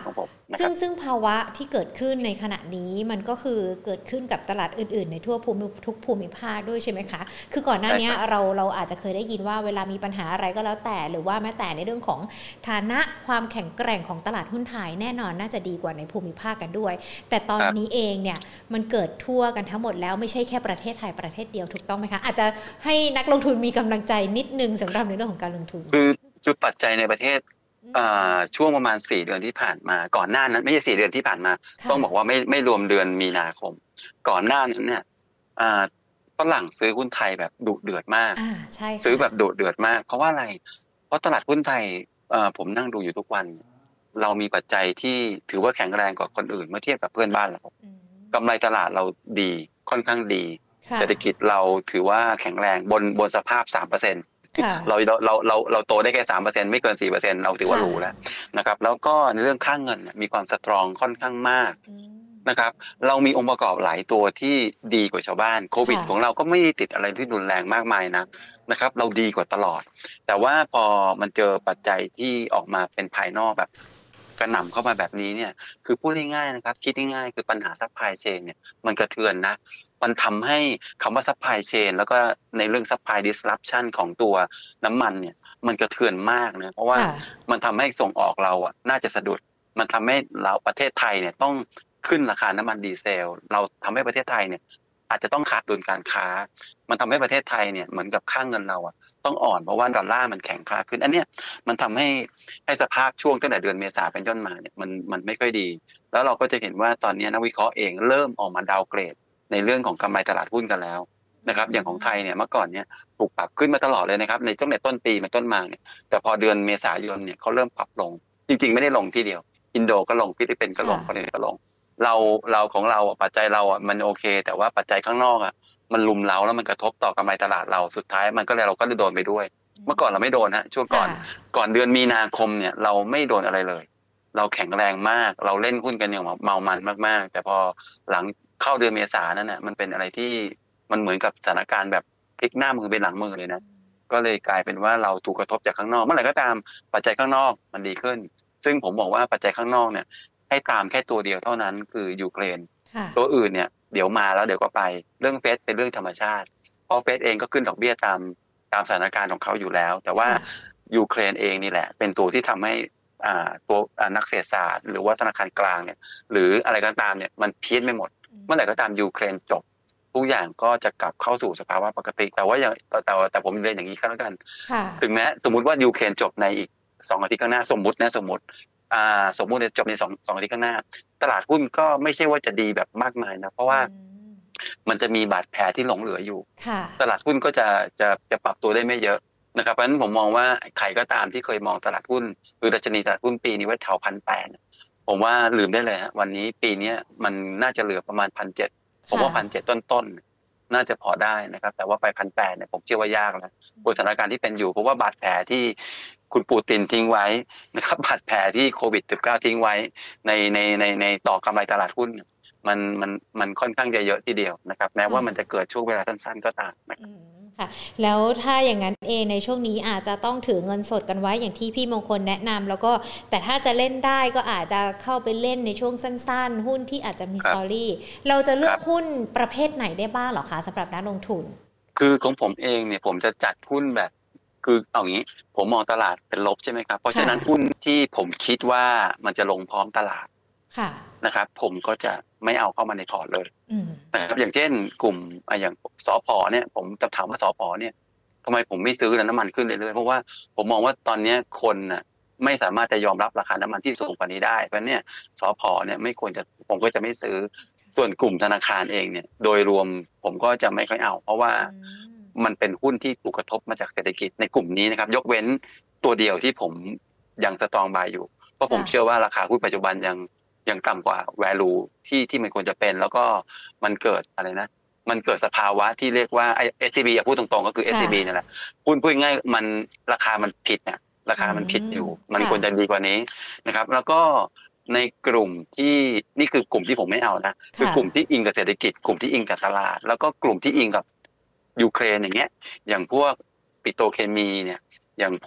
นะครับซึ่งภาวะที่เกิดขึ้นในขณะนี้มันก็คือเกิดขึ้นกับตลาดอื่นๆในทุกภูมิภาคด้วยใช่ไหมคะคือก่อนหน้านี้เราอาจจะเคยได้ยินว่าเวลามีปัญหาอะไรก็แล้วแต่หรือว่าแม้แต่ในเรื่องของฐานะความแข็งแกร่งของตลาดหุ้นไทยแน่นอนน่าจะดีกว่าในภูมิภาคกันด้วยแต่ตอนนี้เองเนี่ยมันเกิดทั่วกันทั้งหมดแล้วไม่ใช่แค่ประเทศไทยประเทศเดียวถูกต้องไหมคะอาจจะให้นักลงทุนมีกำลังใจนิดนึงสำหรับในเรื่องของการลงทุนคือปัจจัยในประเทศช่วงประมาณ4เดือนที่ผ่านมาก่อนหน้านั้นไม่ใช่4เดือนที่ผ่านมาต้องบอกว่าไม่รวมเดือนมีนาคมก่อนหน้านั้นเนี่ยฝรั่งซื้อหุ้นไทยแบบดุเดือดมากซื้อแบบดุเดือดมากเพราะว่าอะไรเพราะตลาดหุ้นไทยผมนั่งดูอยู่ทุกวันเรามีปัจจัยที่ถือว่าแข็งแรงกว่าคนอื่นเมื่อเทียบกับเพื่อนบ้านเรากำไรตลาดเราดีค่อนข้างดีเศรษฐกิจเราถือว่าแข็งแรงบนสภาพ 3%เราโตได้แค่ 3% ไม่เกิน 4% เราถือว่าหรูแล้วนะครับแล้วก็ในเรื่องค่าเงินมีความสตรองค่อนข้างมากนะครับเรามีองค์ประกอบหลายตัวที่ดีกว่าชาวบ้านโควิดของเราก็ไม่ได้ติดอะไรที่รุนแรงมากมายนะครับเราดีกว่าตลอดแต่ว่าพอมันเจอปัจจัยที่ออกมาเป็นภายนอกแบบกระหน่ำเข้ามาแบบนี้เนี่ยคือพูดง่ายๆนะครับคิดง่ายๆคือปัญหาซัพพลายเชนเนี่ยมันกระเทือนนะมันทำให้คำว่าซัพพลายเชนแล้วก็ในเรื่องซัพพลายดิสรัปชันของตัวน้ำมันเนี่ยมันกระเทือนมากนะเพราะว่ามันทำให้ส่งออกเราอ่ะน่าจะสะดุดมันทำให้เราประเทศไทยเนี่ยต้องขึ้นราคาน้ำมันดีเซลเราทำให้ประเทศไทยเนี่ยอาจจะต้องขาดดุลการค้ามันทำให้ประเทศไทยเนี่ยเหมือนกับค่าเงินเราอ่ะต้องอ่อนเพราะว่าดอลลาร์มันแข็งค่าขึ้นอันเนี้ยมันทำให้สภาพช่วงตั้งแต่เดือนเมษาเป็นต้นมาเนี่ยมันไม่ค่อยดีแล้วเราก็จะเห็นว่าตอนนี้นักวิเคราะห์เองเริ่มออกมาดาวเกรดในเรื่องของกำไรตลาดหุ้นกันแล้วนะครับอย่างของไทยเนี่ยเมื่อก่อนเนี่ยถูกปรับขึ้นมาตลอดเลยนะครับในตั้งแต่ต้นปีเป็นต้นมาเนี่ยแต่พอเดือนเมษายนเนี่ยเขาเริ่มปรับลงจริงๆไม่ได้ลงที่เดียวอินโดก็ลงฟิลิปปินส์ก็ลงเกาหลีก็ลงเราของเราปัจจัยเรามันโอเคแต่ว่าปัจจัยข้างนอกมันลุมเราแล้วมันกระทบต่อกำไรตลาดเราสุดท้ายมันก็เลยเราก็โดนไปด้วยเมื่อก่อนเราไม่โดนฮะช่วงก่อนเดือนมีนาคมเนี่ยเราไม่โดนอะไรเลยเราแข็งแรงมากเราเล่นหุ้นกันอย่างเมามันมากๆแต่พอหลังเข้าเดือนเมษายนนั่นน่ะมันเป็นอะไรที่มันเหมือนกับสถานการณ์แบบพลิกหน้ามือเป็นหลังมือเลยนะก็เลยกลายเป็นว่าเราถูกกระทบจากข้างนอกเมื่อไหร่ก็ตามปัจจัยข้างนอกมันดีขึ้นซึ่งผมบอกว่าปัจจัยข้างนอกเนี่ยให้ตามแค่ตัวเดียวเท่านั้นคือยูเครนตัวอื่นเนี่ยเดี๋ยวมาแล้วเดี๋ยวก็ไปเรื่องเฟดเป็นเรื่องธรรมชาติเพราะเฟดเองก็ขึ้นดอกเบี้ยตามสถานการณ์ของเขาอยู่แล้วแต่ว่ายูเครนเองนี่แหละเป็นตัวที่ทำให้ตัวนักเศรษฐศาสตร์หรือว่าธนาคารกลางเนี่ยหรืออะไรก็ตามเนี่ยมันพีคไม่หมดเมื่อไหร่ก็ตามยูเครนจบทุกอย่างก็จะกลับเข้าสู่สภาวะปกติแต่ว่าอย่างแต่ผมเรียนอย่างนี้ก็แล้วกันถึงแม้สมมุติว่ายูเครนจบในอีก2 อาทิตย์ข้างหน้าสมมุตินะสมมุติจะจบใน2 อาทิตย์ข้างหน้าตลาดหุ้นก็ไม่ใช่ว่าจะดีแบบมากมายนะเพราะว่ามันจะมีบาดแผลที่หลงเหลืออยู่ตลาดหุ้นก็จะปรับตัวได้ไม่เยอะนะครับเพราะฉะนั้นผมมองว่าใครก็ตามที่เคยมองตลาดหุ้นหรือดัชนีตลาดหุ้นปีนี้ไว้แถว 1,800 ผมว่าลืมได้เลยฮะวันนี้ปีนี้มันน่าจะเหลือประมาณ 1,700 ผมว่า 1,700 ต้นๆน่าจะพอได้นะครับแต่ว่าไป 1,800 เนี่ยผมเชื่อว่ายากแล้วบนสถานการณ์ที่เป็นอยู่เพราะว่าบาดแผลที่คุณปูตินทิ้งไว้นะครับบาดแผลที่โควิด -19 ทิ้งไว้ในต่อกำไรตลาดหุ้นมันค่อนข้างจะเยอะทีเดียวนะครับแม้ว่ามันจะเกิดช่วงเวลาสั้นๆก็ตามนะครับค่ะแล้วถ้าอย่างนั้นเองในช่วงนี้อาจจะต้องถือเงินสดกันไว้อย่างที่พี่มงคลแนะนำแล้วก็แต่ถ้าจะเล่นได้ก็อาจจะเข้าไปเล่นในช่วงสั้นๆหุ้นที่อาจจะมีสตอรี่เราจะเลือกหุ้นประเภทไหนได้บ้างหรอคะสำหรับนักลงทุนคือของผมเองเนี่ยผมจะจัดหุ้นแบบคือเอางี้ผมมองตลาดเป็นลบใช่ไหมครับเพราะฉะนั้นหุ้นที่ผมคิดว่ามันจะลงพร้อมตลาดนะครับผมก็จะไม่เอาเข้ามาในพอร์ตเลยนะครับอย่างเช่นกลุ่มอย่างสผ.เนี่ยผมจะถามว่าสผ.เนี่ยทำไมผมไม่ซื้อน้ำมันขึ้นเรื่อยๆเพราะว่าผมมองว่าตอนนี้คนน่ะไม่สามารถจะยอมรับราคาน้ำมันที่สูงกว่านี้ได้เพราะเนี่ยสผ.เนี่ยไม่ควรจะผมก็จะไม่ซื้อส่วนกลุ่มธนาคารเองเนี่ยโดยรวมผมก็จะไม่ค่อยเอาเพราะว่ามันเป็นหุ้นที่ถูกกระทบมาจากเศรษฐกิจในกลุ่มนี้นะครับยกเว้นตัวเดียวที่ผมยังสตรองบายอยู่เพราะผมเชื่อว่าราคาหุ้นปัจจุบันยังต่ำกว่า value ที่มันควรจะเป็นแล้วก็มันเกิดอะไรนะมันเกิดสภาวะที่เรียกว่า SCB พูดตรงๆก็คือ SCB นี่แหละพูดง่ายมันราคามันผิดนะราคามันผิดอยู่มันควรจะดีกว่านี้นะครับแล้วก็ในกลุ่มที่นี่คือกลุ่มที่ผมไม่เอานะคือกลุ่มที่อิงกับเศรษฐกิจกลุ่มที่อิงกับตลาดแล้วก็กลุ่มที่อิงกับยูเครนอย่างเงี้ยอย่างพวกปิโตรเคมีเนี่ยอย่างพวก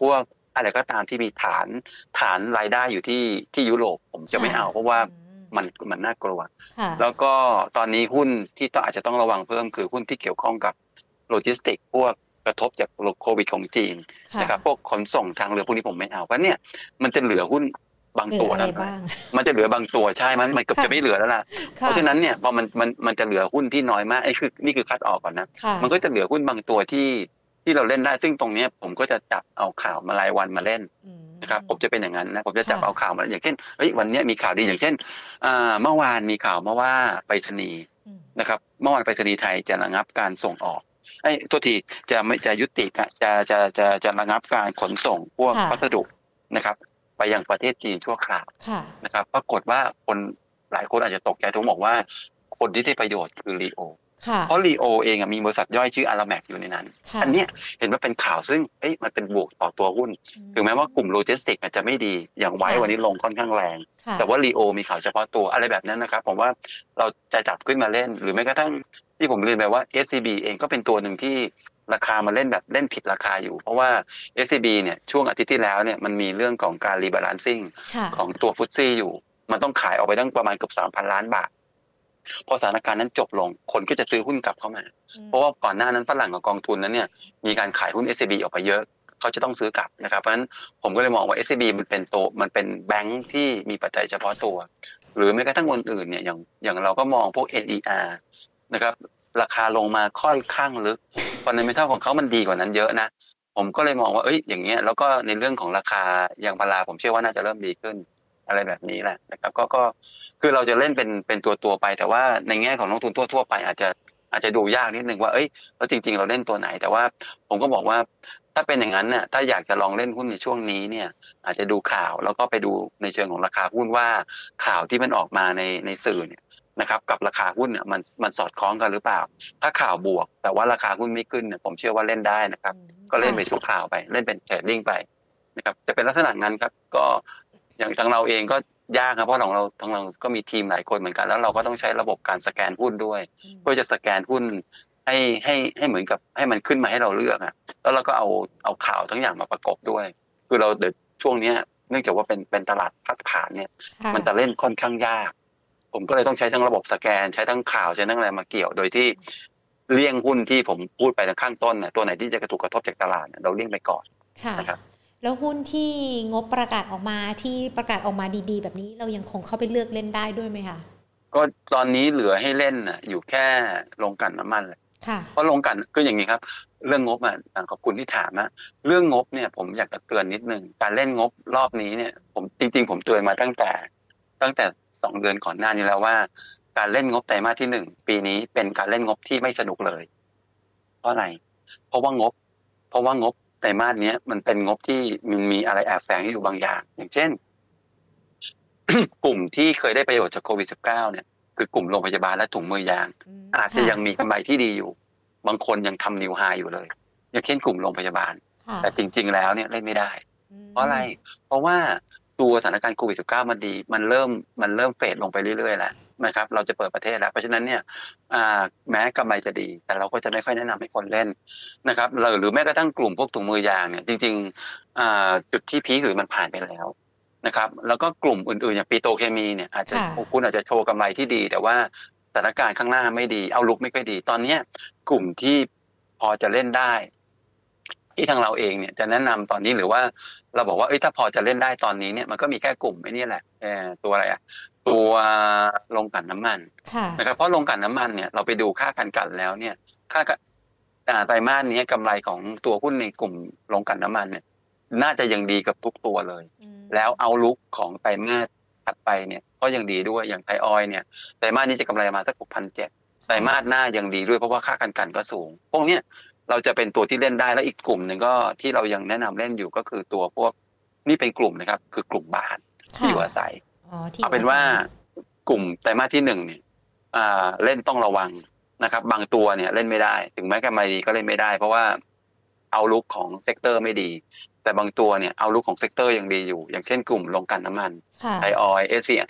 อะไรก็ตามที่มีฐานรายได้อยู่ที่ยุโรปผมจะไม่เอาเพราะว่ามันน่ากลัวแล้วก็ตอนนี้หุ้นที่ต้องอาจจะต้องระวังเพิ่มคือหุ้นที่เกี่ยวข้องกับโลจิสติกพวกกระทบจากโควิดของจีนนะครับพวกขนส่งทางเรือพวกนี้ผมไม่เอาเพราะเนี่ยมันจะเหลือหุ้นบางตัวนะมันจะเหลือบางตัวใช่มันเกือบจะไม่เหลือแล้วล่ะเพราะฉะนั้นเนี่ยพอมันจะเหลือหุ้นที่น้อยมากนี่คือคัดออกก่อนนะมันก็จะเหลือหุ้นบางตัวที่เราเล่นได้ซึ่งตรงนี้ผมก็จะจับเอาข่าวมารายวันมาเล่นนะครับผมจะเป็นอย่างนั้นนะผมจะจับเอาข่าวมาอย่างเช่นวันนี้มีข่าวดีอย่างเช่นเมื่อวานมีข่าวมาว่าไปรษณีย์นะครับเมื่อวานไปรษณีย์ไทยจะระงับการส่งออกโทษทีจะยุติจะระงับการขนส่งพวกพัสดุนะครับไปยังประเทศจีนชั่วคราวนะครับปรากฏว่าคนหลายคนอาจจะตกใจผมบอกว่าคนที่ได้ประโยชน์คือลีโอเพราะลีโอเองมีบริษัทย่อยชื่ออาราแมกอยู่ในนั้นอันนี้เห็นว่าเป็นข่าวซึ่งมันเป็นบวกต่อตัวหุ้นถึงแม้ว่ากลุ่มโลจิสติกอาจจะไม่ดีอย่างไว้วันนี้ลงค่อนข้างแรงแต่ว่าลีโอมีข่าวเฉพาะตัวอะไรแบบนั้นนะครับผมว่าเราจะจับขึ้นมาเล่นหรือแม้กระทั่งที่ผมเรียนไปว่า SCB เองก็เป็นตัวหนึ่งที่ราคามาเล่นแบบเล่นผิดราคาอยู่เพราะว่า SCB เนี่ยช่วงอาทิตย์ที่แล้วเนี่ยมันมีเรื่องของการรีบาลานซิ่งของตัวฟุตซี่อยู่มันต้องขายออกไปตั้งประมาณเกือบ 3,000 ล้านบาทพอสถานการณ์นั้นจบลงคนก็จะซื้อหุ้นกลับเข้ามาเพราะว่าก่อนหน้านั้นฝรั่งกับกองทุนนั้นเนี่ยมีการขายหุ้น SCB ออกไปเยอะเขาจะต้องซื้อกลับนะครับเพราะฉะนั้นผมก็เลยมองว่า SCB มันเป็นแบงค์ที่มีปัจจัยเฉพาะตัวหรือแม้กระทั่งอื่นเนี่ยอย่างเราก็มองพวก NER นะครับราคาลงมาค่อนข้างลึกฟันดัเมนทัลของเขามันดีกว่านั้นเยอะนะผมก็เลยมองว่าอย่างเงี้ยแล้วก็ในเรื่องของราคายางพาราผมเชื่อว่าน่าจะเริ่มดีขึ้นอะไรแบบนี้แหละนะครับก็คือเราจะเล่นเป็นตัวไปแต่ว่าในแง่ของนักทุนทั่วไปอาจจะดูยากนิดนึงว่าแล้วจริงๆเราเล่นตัวไหนแต่ว่าผมก็บอกว่าถ้าเป็นอย่างนั้นเนี่ยถ้าอยากจะลองเล่นหุ้นในช่วงนี้เนี่ยอาจจะดูข่าวแล้วก็ไปดูในเชิงของราคาหุ้นว่าข่าวที่มันออกมาในสื่อเนี่ยนะครับกับราคาหุ้นเนี่ยมันสอดคล้องกันหรือเปล่าถ้าข่าวบวกแต่ว่าราคาหุ้นไม่ขึ้นเนี่ยผมเชื่อว่าเล่นได้นะครับก็เล่นไปชั่วคราวไปเล่นเป็นเทรดดิ้งไปนะครับจะเป็นลักษณะนั้นครับก็อย่างทางเราเองก็ยากครับเพราะของเราทางเราก็มีทีมหลายคนเหมือนกันแล้วเราก็ต้องใช้ระบบการสแกนหุ้นด้วยเพื่อจะสแกนหุ้นให้เหมือนกับให้มันขึ้นมาให้เราเลือกแล้วเราก็เอาข่าวทั้งอย่างมาประกบด้วยคือเราเดี๋ยวช่วงนี้เนื่องจากว่าเป็นตลาดพักฐานเนี่ยมันจะเล่นค่อนข้างยากผมก็เลยต้องใช้ทั้งระบบสแกนใช้ทั้งข่าวใช้ทั้งอะไรมาเกี่ยวโดยที่เลี่ยงหุ้นที่ผมพูดไปในข้างต้นตัวไหนที่จะถูกกระทบจากตลาดเราเลี่ยงไปก่อนนะครับแล้วหุ้นที่งบประกาศออกมาที่ประกาศออกมาดีๆแบบนี้เรายังคงเข้าไปเลือกเล่นได้ด้วยไหมคะก็ตอนนี้เหลือให้เล่นอยู่แค่โรงกลั่นน้ำมันเลยเพราะโรงกลั่นก็อย่างนี้ครับเรื่องงบขอบคุณที่ถามเรื่องงบเนี่ยผมอยากจะเตือนนิดนึงการเล่นงบรอบนี้เนี่ยผมจริงๆผมเตือนมาตั้งแต่2 เดือนก่อนหน้านี้แล้วว่าการเล่นงบไตรมาสที่1ปีนี้เป็นการเล่นงบที่ไม่สนุกเลยเพราะอะไรเพราะว่างบไตรมาสนี้มันเป็นงบที่มันมีอะไรแอบแฝงอยู่บางอย่างอย่างเช่น กลุ่มที่เคยได้ประโยชน์จากโควิด -19 เนี่ยคือกลุ่มโรงพยาบาลและถุงมือยางอาจจะยังมีกำไรที่ดีอยู่บางคนยังทำนิวไฮอยู่เลยอย่างเช่นกลุ่มโรงพยาบาลแต่จริงๆแล้วเนี่ยเล่นไม่ได้เพราะอะไรเพราะว่าตัวสถานการณ์โควิด -19 มันดีมันเริ่มเฟดลงไปเรื่อยๆแล้วนะครับเราจะเปิดประเทศแล้วเพราะฉะนั้นเนี่ยแม้กำไรจะดีแต่เราก็จะไม่ค่อยแนะนำให้คนเล่นนะครับหรือแม้กระทั่งกลุ่มพวกถุงมือยางเนี่ยจริงๆจุดที่พีคสุดมันผ่านไปแล้วนะครับแล้วก็กลุ่มอื่นๆอย่างปิโตรเคมีเนี่ยคุณอาจจะโชว์กำไรที่ดีแต่ว่าสถานการณ์ข้างหน้าไม่ดีเอาลุกไม่ค่อยดีตอนนี้กลุ่มที่พอจะเล่นได้ที่ทางเราเองเนี่ยจะแนะนำตอนนี้หรือว่าเราบอกว่าถ้าพอจะเล่นได้ตอนนี้เนี่ยมันก็มีแค่กลุ่มนี่แหละตัวอะไรตัวโรงกลั่นน้ำมันนะครับเพราะโรงกลั่นน้ำมันเนี่ยเราไปดูค่าการกลั่นแล้วเนี่ยค่าไตรมาสนี้กำไรของตัวหุ้นในกลุ่มโรงกลั่นน้ำมันเนี่ยน่าจะยังดีกับทุกตัวเลยแล้วเอาลุกของไตรมาสถัดไปเนี่ยก็ยังดีด้วยอย่างไทยออยล์เนี่ยไตรมาสนี้จะกำไรมาสัก 6,700 ไตรมาสหน้ายังดีด้วยเพราะว่าค่าการกลั่นก็สูงพวกเนี้ยเราจะเป็นตัวที่เล่นได้แล้วอีกกลุ่มหนึ่งก็ที่เรายังแนะนำเล่นอยู่ก็คือตัวพวกนี่เป็นกลุ่มนะครับคือกลุ่มบ้านที่อยู่อาศัยเอาเป็นว่ากลุ่มไตรมาสที่1เนี่ยเล่นต้องระวังนะครับบางตัวเนี่ยเล่นไม่ได้ถึงแม้กำไรดีก็เล่นไม่ได้เพราะว่าเอาลุกของเซกเตอร์ไม่ดีแต่บางตัวเนี่ยเอาลุกของเซกเตอร์ยังดีอยู่อย่างเช่นกลุ่มโรงกลั่นน้ำมันไทยออยล์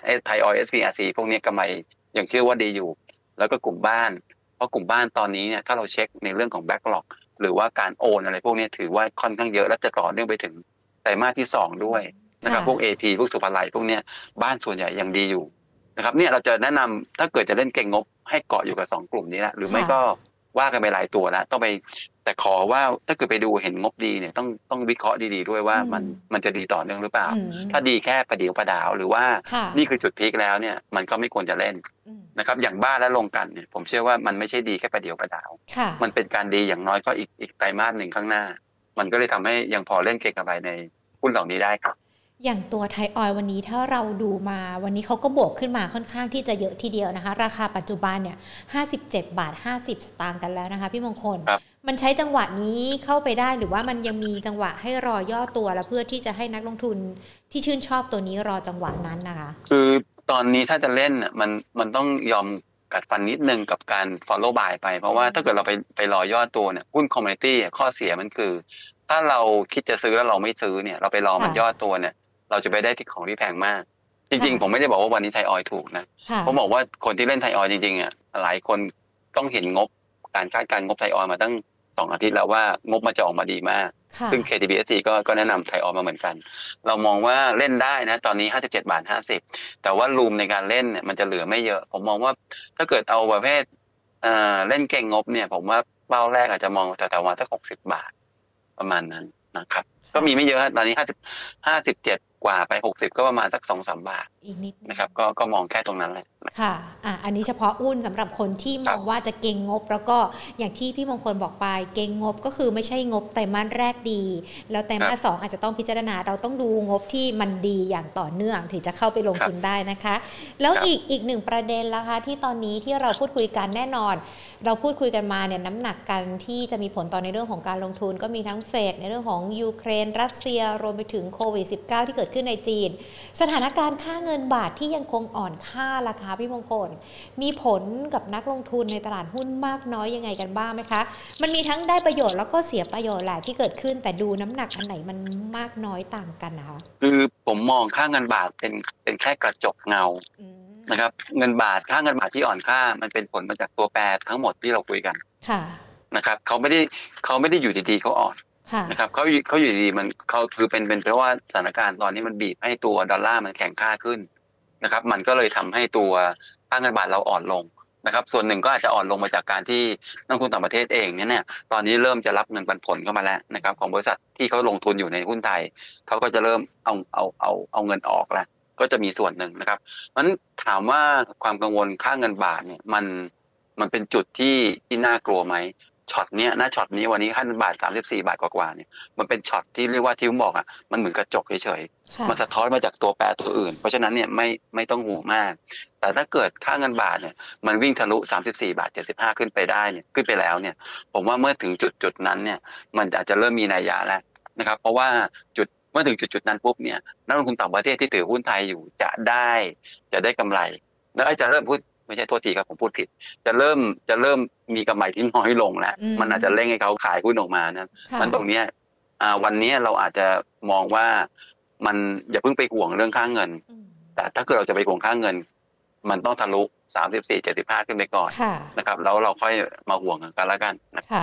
SPRC พวกนี้กำไรยังเชื่อว่าดีอยู่แล้วก็กลุ่มบ้านเพราะกลุ่มบ้านตอนนี้เนี่ยถ้าเราเช็คในเรื่องของแบ็คล็อกหรือว่าการโอนอะไรพวกนี้ถือว่าค่อนข้างเยอะและจะต่อเนื่องไปถึงไตรมาสที่2ด้วยนะครับพวก AP พวกสุภาลัยพวกเนี้ยบ้านส่วนใหญ่ยังดีอยู่นะครับเนี่ยเราจะแนะนำถ้าเกิดจะเล่นเก็งงบให้เกาะอยู่กับ2กลุ่มนี้แหละหรือไม่ก็ว่ากันไปหลายตัวแล้วต้องไปแต่ขอว่าถ้าเกิดไปดูเห็นงบดีเนี่ยต้องวิเคราะห์ดีๆด้วยว่ามันจะดีต่อเนื่องหรือเปล่าถ้าดีแค่ประเดี๋ยวประดาวหรือว่านี่คือจุดพีคแล้วเนี่ยมันก็ไม่ควรจะเล่นนะครับอย่างบ้านและลงกันเนี่ยผมเชื่อว่ามันไม่ใช่ดีแค่ประเดี๋ยวประดาวมันเป็นการดีอย่างน้อยก็อีกไตรมาสหนึ่งข้างหน้ามันก็เลยทำให้ยังพอเล่นเก็งกำไรในหุ้นเหล่านี้ได้ครับอย่างตัวไทยออยล์วันนี้ถ้าเราดูมาวันนี้เขาก็บวกขึ้นมาค่อนข้างที่จะเยอะทีเดียวนะคะราคาปัจจุบันเนี่ย57.50 สตางค์กันแล้วนะคะพี่มงคลมันใช้จังหวะนี้เข้าไปได้หรือว่ามันยังมีจังหวะให้รอย่อตัวแล้วเพื่อที่จะให้นักลงทุนที่ชื่นชอบตัวนี้รอจังหวะนั้นนะคะคือตอนนี้ถ้าจะเล่นมันต้องยอมกัดฟันนิดนึงกับการ follow buy ไปเพราะว่าถ้าเกิดเราไปรอย่อตัวเนี่ยหุ้น commodity ข้อเสียมันคือถ้าเราคิดจะซื้อแล้วเราไม่ซื้อเนี่ยเราไปรอมันย่อตัวเนี่ยเราจะไปได้ที่ของที่แพงมากจริงๆผมไม่ได้บอกว่าวันนี้ไทยออยล์ถูกนะผมบอกว่าคนที่เล่นไทยออยล์จริงๆอ่ะหลายคนต้องเห็นงบการคาดการณ์งบไทยออยล์มาตั้ง2 อาทิตย์แล้วว่างบมันจะออกมาดีมากซึ่ง KTBSC ก็แนะนำไทยออยล์มาเหมือนกันเรามองว่าเล่นได้นะตอนนี้57.50แต่ว่ารูมในการเล่นเนี่ยมันจะเหลือไม่เยอะผมมองว่าถ้าเกิดเอาประเภทเล่นเก่งงบเนี่ยผมว่าเป้าแรกอาจจะมองแต่วันสัก60 บาทประมาณนั้นนะครับก็มีไม่เยอะตอนนี้57กว่าไป60ก็ประมาณสัก 2-3 บาทอีกนิดนะครับก็มองแค่ตรงนั้นแหละค่ะอันนี้เฉพาะหุ้นสำหรับคนที่มองว่าจะเก็งงบแล้วก็อย่างที่พี่มงคลบอกไปเก็งงบก็คือไม่ใช่งบไตรมาสแรกดีแล้วไตรมาส2อาจจะต้องพิจารณาเราต้องดูงบที่มันดีอย่างต่อเนื่องถึงจะเข้าไปลงทุนได้นะคะแล้วอีกหนึ่งประเด็นละคะที่ตอนนี้ที่เราพูดคุยกันแน่นอนเราพูดคุยกันมาเนี่ยน้ำหนักกันที่จะมีผลต่อในเรื่องของการลงทุนก็มีทั้งเฟดในเรื่องของยูเครนรัสเซียรวมไปถึงโควิด -19 ที่เกิดขึ้นในจีนสถานการณ์ค่าเงินบาทที่ยังคงอ่อนค่าราคาพี่มงคลมีผลกับนักลงทุนในตลาดหุ้นมากน้อยยังไงกันบ้างไหมคะมันมีทั้งได้ประโยชน์แล้วก็เสียประโยชน์แหละที่เกิดขึ้นแต่ดูน้ำหนักอันไหนมันมากน้อยต่างกันนะคะคือผมมองค่าเงินบาทเป็นแค่กระจกเงานะครับเงินบาทค่าเงินบาทที่อ่อนค่ามันเป็นผลมาจากตัวแปรทั้งหมดที่เราคุยกันนะครับเขาไม่ได้อยู่ดีๆเขาอ่อนนะครับเขาอยู่ดีๆมันเขาคือเป็นเพราะว่าสถานการณ์ตอนนี้มันบีบให้ตัวดอลลาร์มันแข็งค่าขึ้นนะครับมันก็เลยทำให้ตัวค่าเงินบาทเราอ่อนลงนะครับส่วนหนึ่งก็อาจจะอ่อนลงมาจากการที่นักลงทุนต่างประเทศเองเนี่ยตอนนี้เริ่มจะรับเงินปันผลเข้ามาแล้วนะครับของบริษัทที่เขาลงทุนอยู่ในหุ้นไทยเขาก็จะเริ่มเอาเงินออกแล้วก็จะมีส่วนหนึ่งนะครับมันถามว่าความกังวลค่าเงินบาทเนี่ยมันเป็นจุดที่น่ากลัวไหมช็อตเนี้ยช็อตนี้วันนี้ค่าเงินบาท34 บาทกว่าๆเนี่ยมันเป็นช็อตที่เรียกว่าที่ผมบอกอ่ะมันเหมือนกระจกเฉยๆมันสะท้อนมาจากตัวแปรตัวอื่นเพราะฉะนั้นเนี่ยไม่ต้องห่วงมากแต่ถ้าเกิดค่าเงินบาทเนี่ยมันวิ่งทะลุ34.75 ขึ้นไปได้เนี่ยขึ้นไปแล้วเนี่ยผมว่าเมื่อถึงจุดนั้นเนี่ยมันอาจจะเริ่มมีนัยยะแล้วนะครับเพราะว่าเมื่อถึงจุดนั้นปุ๊บเนี่ยนักลงทุนต่างประเทศที่ถือหุ้นไทยอยู่จะได้กำไรแล้วจะเริ่มพูดไม่ใช่โทษทีครับผมพูดผิดจะเริ่มมีกำไรที่น้อยลงแล้วมันอาจจะเร่งให้เขาขายหุ้นออกมานะมันตรงนี้วันนี้เราอาจจะมองว่ามันอย่าเพิ่งไปห่วงเรื่องค่าเงินแต่ถ้าเกิดเราจะไปห่วงค่าเงินมันต้องทะลุ34.75ขึ้นไปก่อนนะครับแล้วเราค่อยมาห่วงกันแล้วกันค่ะ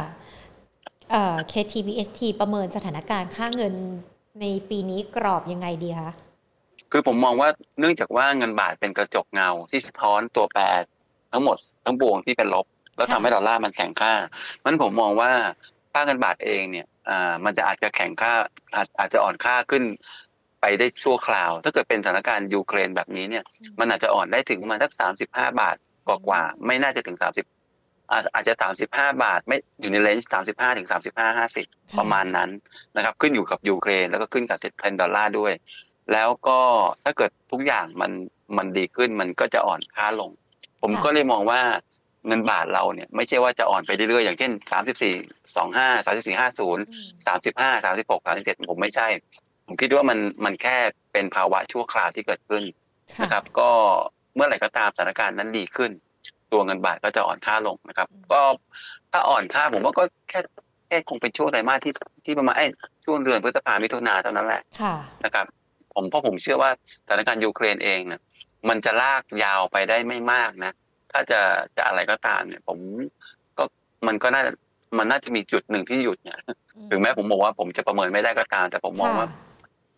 KTBST ประเมินสถานการณ์ค่าเงินในปีนี้กรอบยังไงดีคะคือผมมองว่าเนื่องจากว่าเงินบาทเป็นกระจกเงาที่สะท้อนตัวแปรทั้งหมดทั้งปวงที่เป็นลบแล้วทำให้ดอลลาร์มันแข็งค่ามันผมมองว่าค่าเงินบาทเองเนี่ยมันจะอาจจะแข็งค่าอาจจะอ่อนค่าขึ้นไปได้ชั่วคราวถ้าเกิดเป็นสถานการณ์ยูเครนแบบนี้เนี่ยมันอาจจะอ่อนได้ถึงประมาณสัก35 บาทกว่าไม่น่าจะถึง30อาจจะ35 บาทไม่อยู่ในเลนจ์35 ถึง 35.50ประมาณนั้นนะครับขึ้นอยู่กับยูเครนแล้วก็ขึ้นกับเทรนด์ดอลลาร์ด้วยแล้วก็ถ้าเกิดทุกอย่างมันดีขึ้นมันก็จะอ่อนค่าลงผมก็เลยมองว่าเงินบาทเราเนี่ยไม่ใช่ว่าจะอ่อนไปเรื่อยๆอย่างเช่น34.25 34.50 35 36 37ผมไม่ใช่ผมคิดว่ามันแค่เป็นภาวะชั่วคราวที่เกิดขึ้นนะครับก็เมื่อไหร่ก็ตามสถานการณ์นั้นดีขึ้นตัวเงินบาทก็จะอ่อนค่าลงนะครับก็ถ้าอ่อนค่าผมว่าก็แค่คงเป็นช่วงไตรมาสที่ประมาณช่วงเดือนพฤษภาคมมิถุนาเท่านั้นแหละนะครับเพราะผมเชื่อว่าสถานการณ์ยูเครนเองเนี่ยมันจะลากยาวไปได้ไม่มากนะถ้าจะอะไรก็ตามเนี่ยผมก็มันน่าจะมีจุดหนึ่งที่หยุดเนี่ยถึงแม้ผมบอกว่าผมจะประเมินไม่ได้ก็ตามแต่ผมมองว่า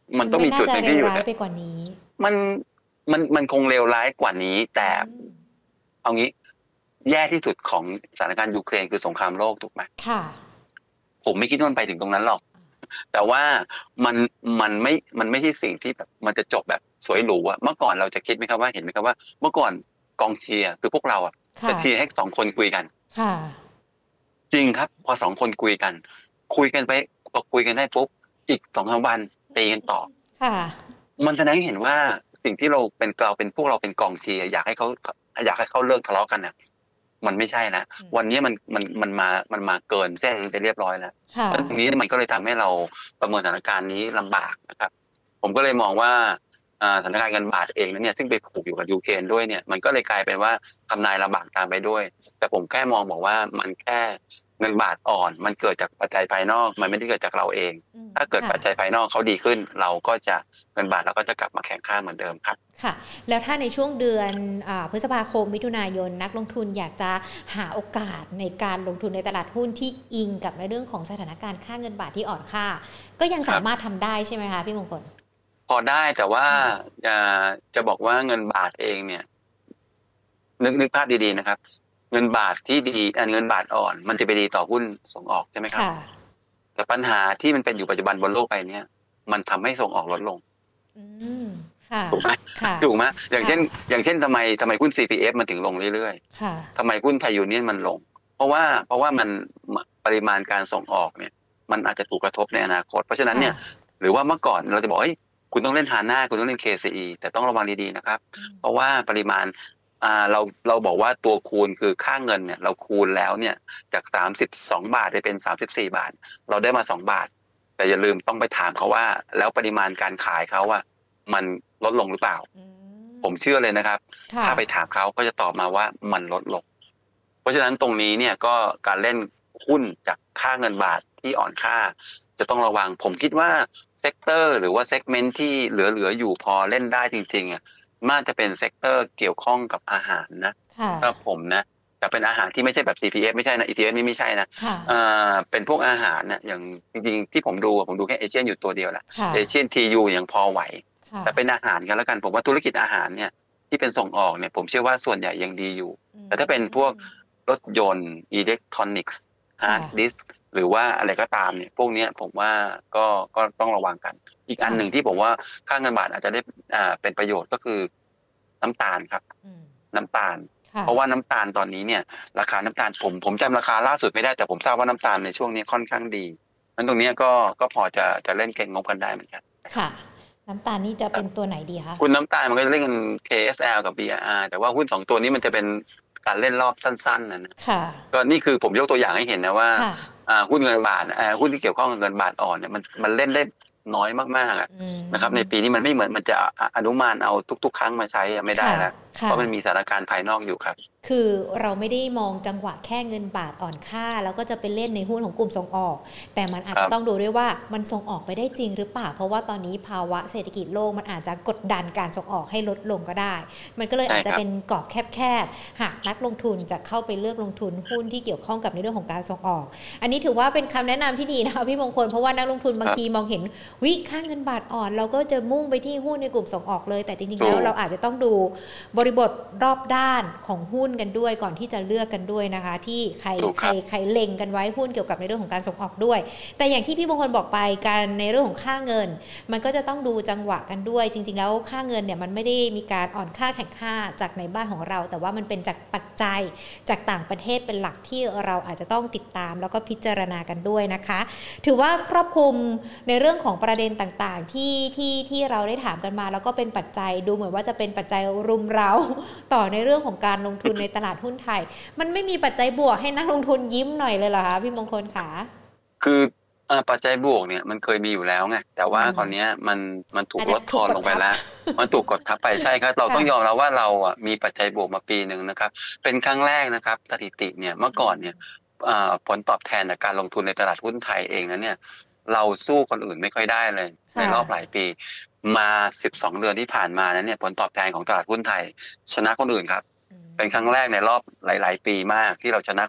มันต้องมีจุดหนึ่งที่หยุดไปกว่านี้มันมันคงเลวร้ายกว่านี้แต่เอางี้แย่ที่สุดของสถานการณ์ยูเครนคือสงครามโลกถูกไหมค่ะผมไม่คิดว่ามันไปถึงตรงนั้นหรอกแต่ว่ามันไม่ใช่สิ่งที่แบบมันจะจบแบบสวยหรูอะเมื่อก่อนเราจะคิดไหมครับว่าเห็นไหมครับว่าเมื่อก่อนกองเชียร์คือพวกเราอะจะเชียร์ให้2 คนคุยกันค่ะจริงครับพอ2 คนคุยกันไปพอคุยกันได้ปุ๊บอีก2-3 วันตีกันต่อค่ะมันแสดงให้เห็นว่าสิ่งที่เราเป็นพวกเราเป็นกองเชียร์อยากให้เขาเลิกทะเลาะกันน่ะมันไม่ใช่นะวันนี้มันมาเกินเส้นไปเรียบร้อยแล้วตรงนี้มันก็เลยทำให้เราประเมินสถานการณ์นี้ลำบากนะครับผมก็เลยมองว่าสถานการณ์เงินบาทเองนั้นเนี่ยซึ่งไปผูกอยู่กับยูเครนด้วยเนี่ยมันก็เลยกลายเป็นว่าทำนายลำบากตามไปด้วยแต่ผมแค่บอกว่ามันแค่เงินบาทอ่อนมันเกิดจากปัจจัยภายนอกมันไม่ได้เกิดจากเราเองถ้าเกิดปัจจัยภายนอกเขาดีขึ้นเราก็จะเงินบาทเราก็จะกลับมาแข็งค่าเหมือนเดิมครับค่ะแล้วถ้าในช่วงเดือนพฤษภาคมมิถุนายนนักลงทุนอยากจะหาโอกาสในการลงทุนในตลาดหุ้นที่อิงกับในเรื่องของสถานการณ์ค่าเงินบาทที่อ่อนค่าก็ยังสามารถทำได้ใช่ไหมคะพี่มงคลพอได้แต่ว่าจะบอกว่าเงินบาทเองเนี่ยนึกภาพดีๆนะครับเงินบาทที่ดีเงินบาทอ่อนมันจะไปดีต่อหุ้นส่งออกใช่ไหมครับแต่ปัญหาที่มันเป็นอยู่ปัจจุบันบนโลกใบนี้มันทำให้ส่งออกลดลงถูกไหมถูกไหมอย่างเช่นทำไมหุ้น CPF มันถึงลงเรื่อยๆทำไมหุ้นไทยยูเนี่ยนมันลงเพราะว่ามันปริมาณการส่งออกเนี่ยมันอาจจะถูกกระทบในอนาคตเพราะฉะนั้นเนี่ยหรือว่าเมื่อก่อนเราจะบอกคุณต้องเล่นฮาน่าคุณต้องเล่น KCE แต่ต้องระวังดีๆนะครับเพราะว่าปริมาณเราบอกว่าตัวคูณคือค่าเงินเนี่ยเราคูณแล้วเนี่ยจาก32 บาทจะเป็น34 บาทเราได้มา2 บาทแต่อย่าลืมต้องไปถามเขาว่าแล้วปริมาณการขายเขาว่ามันลดลงหรือเปล่าผมเชื่อเลยนะครับถ้าไปถามเขาก็จะตอบมาว่ามันลดลงเพราะฉะนั้นตรงนี้เนี่ยก็การเล่นหุ้นจากค่าเงินบาทที่อ่อนค่าจะต้องระวังผมคิดว่าเซกเตอร์หรือว่าเซกเมนต์ที่เหลืออยู่พอเล่นได้จริงๆน่าจะเป็นเซกเตอร์เกี่ยวข้องกับอาหารนะครับผมนะแต่เป็นอาหารที่ไม่ใช่แบบ CPF ไม่ใช่นะ ETF นี่ไม่ใช่นะเป็นพวกอาหารนะอย่างจริงๆที่ผมดูแค่เอเชียนอยู่ตัวเดียวแหละเอเชียน TU ยังพอไหวแต่เป็นอาหารกันแล้วกันผมว่าธุรกิจอาหารเนี่ยที่เป็นส่งออกเนี่ยผมเชื่อว่าส่วนใหญ่ยังดีอยู่แต่ถ้าเป็นพวกรถยนต์อิเล็กทรอนิกส์ฮาร์ดดิสก์หรือว่าอะไรก็ตามเนี่ยพวกนี้ผมว่าก็ต้องระวังกันอีกอันหนึ่งที่ผมว่าค่าเงินบาทอาจจะได้เป็นประโยชน์ก็คือน้ำตาลครับน้ำตาลเพราะว่าน้ำตาลตอนนี้เนี่ยราคาน้ำตาลผมจำราคาล่าสุดไม่ได้แต่ผมทราบว่าน้ำตาลในช่วงนี้ค่อนข้างดีนั้นตรงนี้ก็พอจะเล่นเก่งงบกันได้เหมือนกันค่ะน้ำตาลนี่จะเป็นตัวไหนดีคะคุณน้ำตาลมันก็จะเล่นกัน KSL กับ BRR แต่ว่าหุ้น2 ตัวนี้มันจะเป็นการเล่นรอบสั้นๆนะก็นี่คือผมยกตัวอย่างให้เห็นนะว่าหุ้นเงินบาทหุ้นที่เกี่ยวข้องกับเงินบาทอ่อนเนี่ยมันเล่นได้น้อยมากๆนะครับในปีนี้มันไม่เหมือนมันจะอนุมานเอาทุกๆครั้งมาใช้ไม่ได้แล้วเพราะมันมีสถานการณ์ภายนอกอยู่ครับคือเราไม่ได้มองจังหวะแค่เงินบาทอ่อนค่าแล้วก็จะไปเล่นในหุ้นของกลุ่มส่งออกแต่มันอาจจะต้องดูด้วยว่ามันส่งออกไปได้จริงหรือเปล่าเพราะว่าตอนนี้ภาวะเศรษฐกิจโลกมันอาจจะกดดันการส่งออกให้ลดลงก็ได้มันก็เลยอาจจะเป็นกรอบแคบๆหากนักลงทุนจะเข้าไปเลือกลงทุนหุ้นที่เกี่ยวข้องกับในเรื่องของการส่งออกอันนี้ถือว่าเป็นคำแนะนำที่ดีนะคะพี่มงคลเพราะว่านักลงทุนบางทีมองเห็นค่าเงินบาทอ่อนเราก็จะมุ่งไปที่หุ้นในกลุ่มส่งออกเลยแต่จริงๆแล้วเราอาจจะต้องดูบริบทรอบด้านของหุ้นกันด้วยก่อนที่จะเลือกกันด้วยนะคะที่ใครเล็งกันไว้หุ้นเกี่ยวกับในเรื่องของการส่งออกด้วยแต่อย่างที่พี่มงคลบอกไปการในเรื่องของค่าเงินมันก็จะต้องดูจังหวะกันด้วยจริงๆแล้วค่าเงินเนี่ยมันไม่ได้มีการอ่อนค่าแข่งค่าจากในบ้านของเราแต่ว่ามันเป็นจากปัจจัยจากต่างประเทศเป็นหลักที่เราอาจจะต้องติดตามแล้วก็พิจารณากันด้วยนะคะถือว่าครอบคลุมในเรื่องของประเด็นต่างๆที่เราได้ถามกันมาแล้วก็เป็นปัจจัยดูเหมือนว่าจะเป็นปัจจัยรุมเร้าต่อในเรื่องของการลงทุนในตลาดหุ้นไทยมันไม่มีปัจจัยบวกให้นักลงทุนยิ้มหน่อยเลยเหรอคะพี่มงคลขาคือปัจจัยบวกเนี่ยมันเคยมีอยู่แล้วไงแต่ว่าตอนนี้มันถูกลดทอนลงไปแล้วมันถูกกดทับไปใช่ครับเราต้องยอมรับว่าเรามีปัจจัยบวกมาปีนึงนะครับเป็นครั้งแรกนะครับสถิติเนี่ยเมื่อก่อนเนี่ยผลตอบแทนจากการลงทุนในตลาดหุ้นไทยเองนั้นเนี่ยเราสู้คนอื่นไม่ค่อยได้เลยในรอบหลายปีมา12 เดือนที่ผ่านมานั้นเนี่ยผลตอบแทนของตลาดหุ้นไทยชนะคนอื่นครับเป็นครั้งแรกในรอบหลายๆปีมากที่เราชนะคนอื่น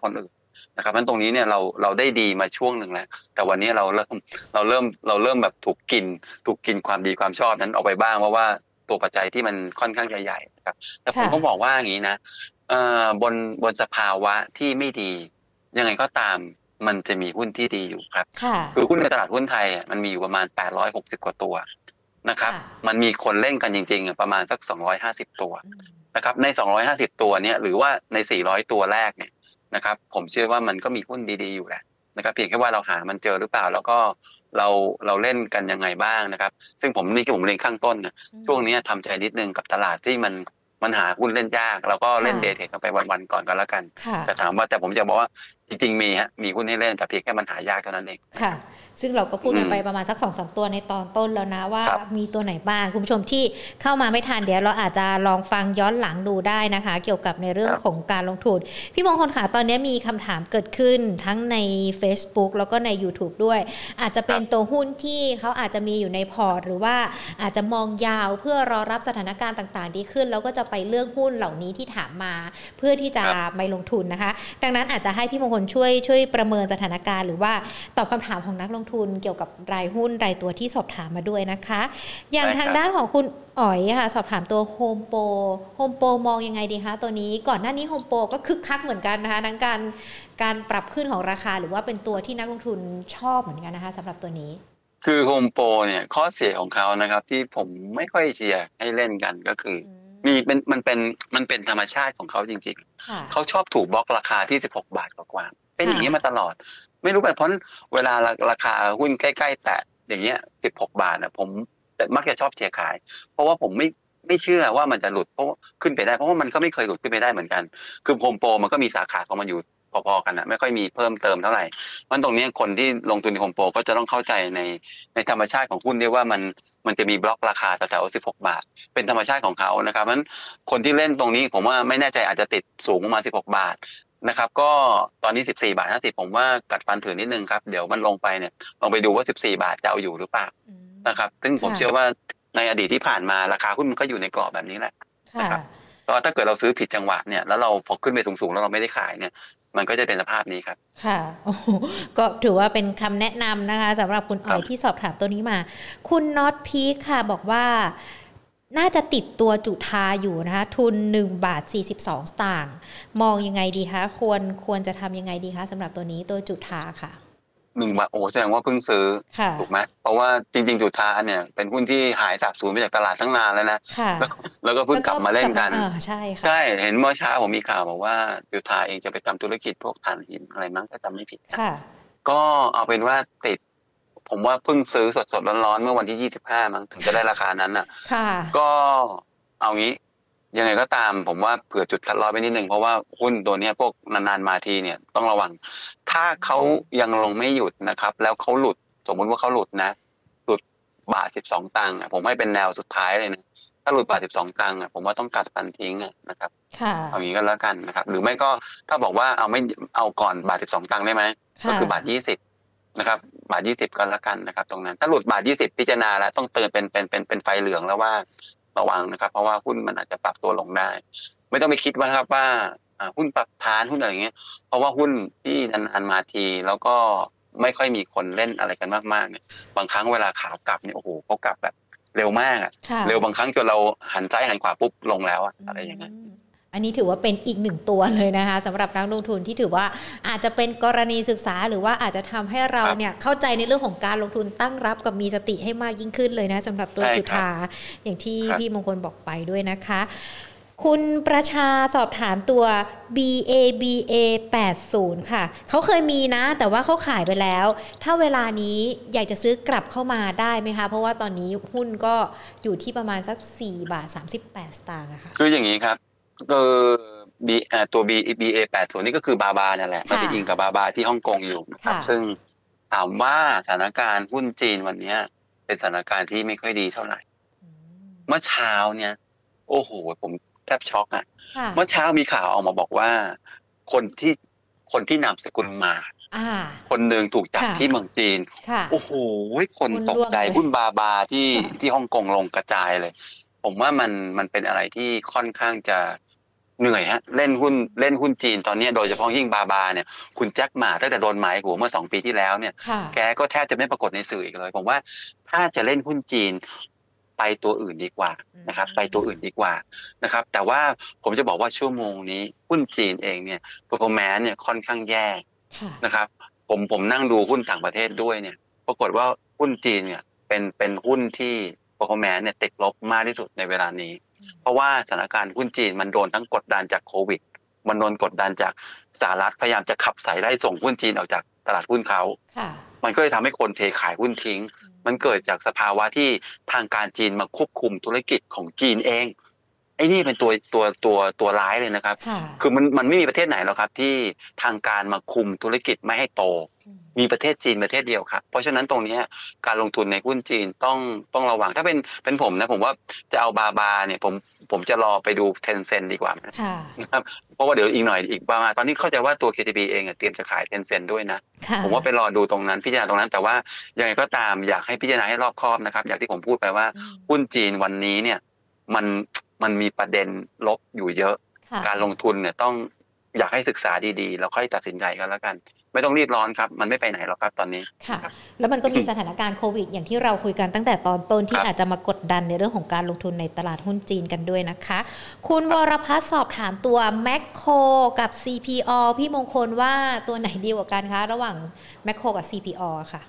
นะครับเพราะตรงนี้เนี่ยเราได้ดีมาช่วงหนึ่งแล้วแต่วันนี้เราเริ่มแบบถูกกินความดีความชอบนั้นออกไปบ้างเพราะว่าตัวปัจจัยที่มันค่อนข้างใหญ่ๆนะครับแต่ผมก็บอกว่าอย่างนี้นะบนสภาวะที่ไม่ดียังไงก็ตามมันจะมีหุ้นที่ดีอยู่ครับคือหุ้นในตลาดหุ้นไทยมันมีอยู่ประมาณ860กว่าตัวนะครับมันมีคนเล่นกันจริงๆประมาณสัก250ตัวนะครับใน250ตัวเนี้ยหรือว่าใน400ตัวแรกเนี่ยนะครับผมเชื่อว่ามันก็มีหุ้นดีๆอยู่แหละนะครับเพียงแค่ว่าเราหามันเจอหรือเปล่าแล้วก็เราเล่นกันยังไงบ้างนะครับซึ่งผมเรียนข้างต้นนะช่วงนี้ทำใจนิดนึงกับตลาดที่มันหาหุ้นเล่นยากแล้วก็เล่นเดย์เทรดกันไปวันๆก่อนก็แล้วกันแต่ผมจะบอกว่าจริงๆมีหุ้นให้เล่นแต่เพียงแค่มันหายากเท่านั้นเองค่ะซึ่งเราก็พูดกันไปประมาณสัก 2-3 ตัวในตอนต้นแล้วนะว่ามีตัวไหนบ้างคุณผู้ชมที่เข้ามาไม่ทันเดี๋ยวเราอาจจะลองฟังย้อนหลังดูได้นะคะเกี่ยวกับในเรื่องของการลงทุนพี่มงคลค่ะตอนนี้มีคำถามเกิดขึ้นทั้งใน Facebook แล้วก็ใน YouTube ด้วยอาจจะเป็นตัวหุ้นที่เขาอาจจะมีอยู่ในพอร์ตหรือว่าอาจจะมองยาวเพื่อรอรับสถานการณ์ต่างๆดีขึ้นแล้วก็จะไปเลือกหุ้นเหล่านี้ที่ถามมาเพื่อที่จะไปลงทุนนะคะดังนั้นอาจจะให้พี่มงคลช่วยประเมินสถานการณ์หรือว่าตอบคำถามของนักลงทุนเกี่ยวกับรายหุ้นรายตัวที่สอบถามมาด้วยนะคะอย่างทางด้านของคุณอ๋อยค่ะสอบถามตัวโฮมโปรมองยังไงดีคะตัวนี้ก่อนหน้านี้โฮมโปรก็คึกคักเหมือนกันนะคะทั้งการปรับขึ้นของราคาหรือว่าเป็นตัวที่นักลงทุนชอบเหมือนกันนะคะสำหรับตัวนี้คือโฮมโปรเนี่ยข้อเสียของเขานะครับที่ผมไม่ค่อยเชียร์ให้เล่นกันก็คือมันเป็นธรรมชาติของเขาจริงๆเขาชอบถูกบล็อกราคาที่16 บาทกว่าเป็นอย่างนี้มาตลอดไม่รู้เป็นเพราะเวลาราคาหุ้นใกล้ๆแตะอย่างเงี้ย16 บาทนะผมมักจะชอบเชียร์ขายเพราะว่าผมไม่เชื่อว่ามันจะหลุดเพราะขึ้นไปได้เพราะว่ามันก็ไม่เคยหลุดขึ้นไปได้เหมือนกันคือโฮมโปรมันก็มีสาขาของมันอยู่พอๆกันนะไม่ค่อยมีเพิ่มเติมเท่าไหร่เพราะตรงนี้คนที่ลงทุนในโฮมโปรก็จะต้องเข้าใจในธรรมชาติของหุ้นด้วยว่ามันจะมีบล็อกราคาแถวๆ16 บาทเป็นธรรมชาติของเขานะครับเพราะฉะนั้นคนที่เล่นตรงนี้ผมว่าไม่แน่ใจอาจจะติดสูงประมาณ16 บาทนะครับก็ตอนนี้14.50 บาทผมว่ากัดฟันถือนิดนึงครับเดี๋ยวมันลงไปเนี่ยลองไปดูว่า14 บาทจะเอาอยู่หรือเปล่านะครับซึ่งผมเชื่อว่าในอดีตที่ผ่านมาราคาหุ้นมันก็อยู่ในกรอบแบบนี้แหละนะครับก็ถ้าเกิดเราซื้อผิดจังหวะเนี่ยแล้วเราพอขึ้นไปสูงๆแล้วเราไม่ได้ขายเนี่ยมันก็จะเป็นสภาพนี้ครับค่ะก็ถือว่าเป็นคำแนะนำนะคะสำหรับคุณอ๋อยที่สอบถามตัวนี้มาคุณน็อตพีคค่ะบอกว่าน่าจะติดตัวจุฑาอยู่นะคะทุน1.42 บาทมองยังไงดีคะควรจะทำยังไงดีคะสำหรับตัวนี้ตัวจุฑาค่ะ 1 บาทแสดงว่าเพิ่งซื้อถูกไหมเพราะว่าจริงๆจุฑาเนี่ยเป็นหุ้นที่หายสาบสูญไปจากตลาดตั้งนานแล้วนะแล้วก็เพิ่งกลับมาเล่นกันใช่ค่ะใช่เห็นเมื่อเช้าผมมีข่าวบอกว่าจุฑาเองจะไปทำธุรกิจพวกถ่านหินอะไรมั้งถ้าจำไม่ผิดก็เอาเป็นว่าติดผมว่าเพิ่งซื้อสดๆร้อนๆเมื่อวันที่25มั้งถึงจะได้ราคานั้นน่ะก็เอางี้ยังไงก็ตามผมว่าเผื่อจุดคัดลอยไปนิดนึงเพราะว่าหุ้นตัวนี้พวกนานๆมาทีเนี่ยต้องระวังถ้าเขายังลงไม่หยุดนะครับแล้วเขาหลุดสมมุติว่าเขาหลุดนะหลุดบาท12 ตังค์ผมให้เป็นแนวสุดท้ายเลยนะถ้าหลุดบาท12 ตังค์ผมว่าต้องกัดฟันทิ้งนะครับเอางี้ก็แล้วกันนะครับหรือไม่ก็ถ้าบอกว่าเอาก่อนบาท12 ตังค์ได้ไหมก็คือบาท20นะครับบาท20ก็แล้วกันนะครับตรงนั้นถ้าหลุดบาท20พิจารณาแล้วต้องเตือนเป็นไฟเหลืองแล้วว่าระวังนะครับเพราะว่าหุ้นมันอาจจะปรับตัวลงได้ไม่ต้องไปคิดว่าครับว่าหุ้นปรับฐานหุ้นอะไรอย่างเงี้ยเพราะว่าหุ้นที่นานๆมาทีแล้วก็ไม่ค่อยมีคนเล่นอะไรกันมากๆเนี่ยบางครั้งเวลาขากลับเนี่ยโอ้โหเขากลับแบบเร็วมากเร็วบางครั้งจนเราหันซ้ายหันขวาปุ๊บลงแล้วอะไรอย่างเงี้ยอันนี้ถือว่าเป็นอีกหนึ่งตัวเลยนะคะสำหรับนักลงทุนที่ถือว่าอาจจะเป็นกรณีศึกษาหรือว่าอาจจะทำให้เราเนี่ยเข้าใจในเรื่องของการลงทุนตั้งรับกับมีสติให้มากยิ่งขึ้นเลยนะสำหรับตัวจุฑาอย่างที่พี่มงคลบอกไปด้วยนะคะคุณประชาสอบถามตัว BABA 80ค่ะเขาเคยมีนะแต่ว่าเขาขายไปแล้วถ้าเวลานี้อยากจะซื้อกลับเข้ามาได้ไหมคะเพราะว่าตอนนี้หุ้นก็อยู่ที่ประมาณสัก4.38 บาทอะค่ะคืออย่างนี้ครับตัว BA80 นี่ก็คือบาบาเนี่ยแหละมันไปอิงกับบาบาที่ฮ่องกงอยู่นะครับซึ่งถามว่าสถานการณ์หุ้นจีนวันนี้เป็นสถานการณ์ที่ไม่ค่อยดีเท่าไหร่เมื่อเช้าเนี่ยโอ้โหผมแทบช็อกเมื่อเช้ามีข่าวออกมาบอกว่าคนที่นามสกุลมาคนหนึ่งถูกจับที่เมืองจีนโอ้โหคนตกใจหุ้นบาบาที่ฮ่องกงลงกระจายเลยผมว่ามันเป็นอะไรที่ค่อนข้างจะเหนื่อยฮะเล่นหุ้นจีนตอนนี้โดยเฉพาะยิ่งบาเนี่ยคุณแจ็คหมาตั้งแต่โดนหมายหัวเมื่อ2 ปีที่แล้วเนี่ยแกก็แทบจะไม่ปรากฏในสื่ออีกเลยผมว่าถ้าจะเล่นหุ้นจีนไปตัวอื่นดีกว่านะครับไปตัวอื่นดีกว่านะครับแต่ว่าผมจะบอกว่าชั่วโมงนี้หุ้นจีนเองเนี่ย performance เนี่ยค่อนข้างแย่นะครับผมนั่งดูหุ้นต่างประเทศด้วยเนี่ยปรากฏว่าหุ้นจีนเนี่ยเป็นหุ้นที่ performance เนี่ยติดลบมากที่สุดในเวลานี้เพราะว่าสถานการณ์หุ้นจีนมันโดนทั้งกดดันจากโควิดมันโดนกดดันจากสหรัฐพยายามจะขับไล่ส่งหุ้นจีนออกจากตลาดหุ้นเขามันก็เลยทำให้คนเทขายหุ้นทิ้งมันเกิดจากสภาวะที่ทางการจีนมาควบคุมธุรกิจของจีนเองไอ้นี่เป็นตัวร้ายเลยนะครับคือมันไม่มีประเทศไหนหรอกครับที่ทางการมาคุมธุรกิจไม่ให้โตมีประเทศจีนประเทศเดียวครับเพราะฉะนั้นตรงนี้การลงทุนในหุ้นจีนต้องระวังถ้าเป็นผมนะผมว่าจะเอาบาเนี่ยผมจะรอไปดู Tencent ดีกว่านะครับเพราะว่าเดี๋ยวอีกหน่อยอีกประมาณตอนนี้เข้าใจว่าตัว KTB เองเตรียมจะขาย Tencent ด้วยนะผมว่าไปรอดูตรงนั้นพิจารณาตรงนั้นแต่ว่ายังไงก็ตามอยากให้พิจารณาให้รอบคอบนะครับอย่างที่ผมพูดไปว่าหุ้นจีนวันนี้เนี่ยมันมีประเด็นลบอยู่เยอะการลงทุนเนี่ยต้องอยากให้ศึกษาดีๆแล้วค่อยตัดสินใจกันแล้วกันไม่ต้องรีบร้อนครับมันไม่ไปไหนหรอกครับตอนนี้ค่ะแล้วมันก็มีสถานการณ์โควิดอย่างที่เราคุยกันตั้งแต่ตอนต้นที่อาจจะมากดดันในเรื่องของการลงทุนในตลาดหุ้นจีนกันด้วยนะคะคุณวรพัฒน์สอบถามตัวแมคโครกับ CPO พี่มงคลว่าตัวไหนดีกว่ากันคะระหว่างแมคโครกับ CPO ค่ะ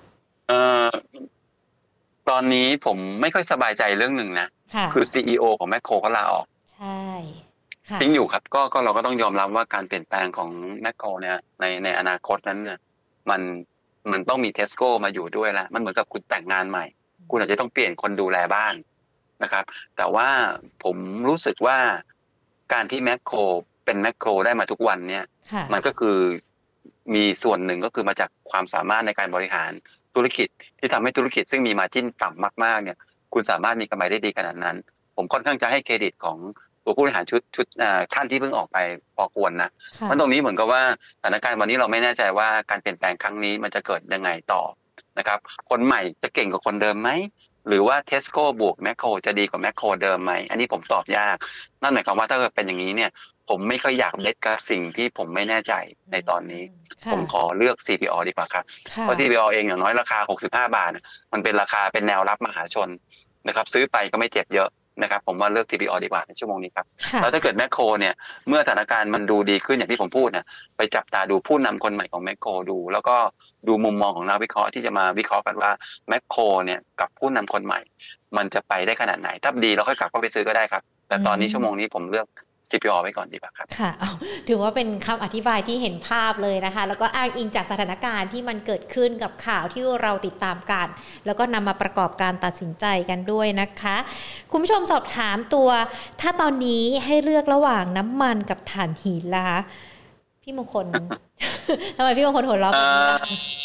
ตอนนี้ผมไม่ค่อยสบายใจเรื่องหนึ่งนะคือ CEO ของแมคโครเขาลาออกใช่ทิ้งอยู่ครับก็เราก็ต้องยอมรับว่าการเปลี่ยนแปลงของแมคโครเนี่ยในอนาคตนั้นเนี่ยมันต้องมีเทสโก้มาอยู่ด้วยแล้วมันเหมือนกับคุณแต่งงานใหม่คุณอาจจะต้องเปลี่ยนคนดูแลบ้านนะครับแต่ว่าผมรู้สึกว่าการที่แมคโครเป็นแมคโครได้มาทุกวันเนี่ยมันก็คือมีส่วนหนึ่งก็คือมาจากความสามารถในการบริหารธุรกิจที่ทำให้ธุรกิจซึ่งมีมาร์จิ้นต่ำมากๆเนี่ยคุณสามารถมีกำไรได้ดีขนาดนั้นผมค่อนข้างจะให้เครดิตของตัวผู้บริหารชุดท่านที่เพิ่งออกไปพอควรนะมันตรงนี้เหมือนกับว่าสถานการณ์วันนี้เราไม่แน่ใจว่าการเปลี่ยนแปลงครั้งนี้มันจะเกิดยังไงต่อนะครับคนใหม่จะเก่งกว่าคนเดิมไหมหรือว่าเทสโก้บวกแมคโครจะดีกว่าแมคโครเดิมไหมอันนี้ผมตอบยากนั่นหมายความว่าถ้าเกิดเป็นอย่างนี้เนี่ยผมไม่ค่อยอยากเบ็ดกับสิ่งที่ผมไม่แน่ใจในตอนนี้ผมขอเลือก CPO ดีกว่าครับเพราะ CPO เองอย่างน้อยราคา65 บาทมันเป็นราคาเป็นแนวรับมหาชนนะครับซื้อไปก็ไม่เจ็บเยอะนะครับผมว่าเลือก TPO ดีกว่าในชั่วโมงนี้ครับแล้วถ้าเกิดแมคโครเนี่ยเมื่อสถานการณ์มันดูดีขึ้นอย่างที่ผมพูดเนี่ยไปจับตาดูผู้นำคนใหม่ของแมคโครดูแล้วก็ดูมุมมองของนักวิเคราะห์ที่จะมาวิเคราะห์กันว่าแมคโครเนี่ยกับผู้นำคนใหม่มันจะไปได้ขนาดไหนถ้าดีเราค่อยกลับเข้าไปซื้อก็ได้ครับแต่ตอนนี้ชั่วโมงนี้ผมเลือก CPO ไว้ก่อนดีกว่าครับค่ะถือว่าเป็นคำอธิบายที่เห็นภาพเลยนะคะแล้วก็อ้างอิงจากสถานการณ์ที่มันเกิดขึ้นกับข่าวที่เราติดตามกันแล้วก็นำมาประกอบการตัดสินใจกันด้วยนะคะคุณผู้ชมสอบถามตัวถ้าตอนนี้ให้เลือกระหว่างน้ำมันกับถ่านหินล่ะคะพี่มงคล ทำไมพี่มงคลหัวเราะแบบนี้ล่ะ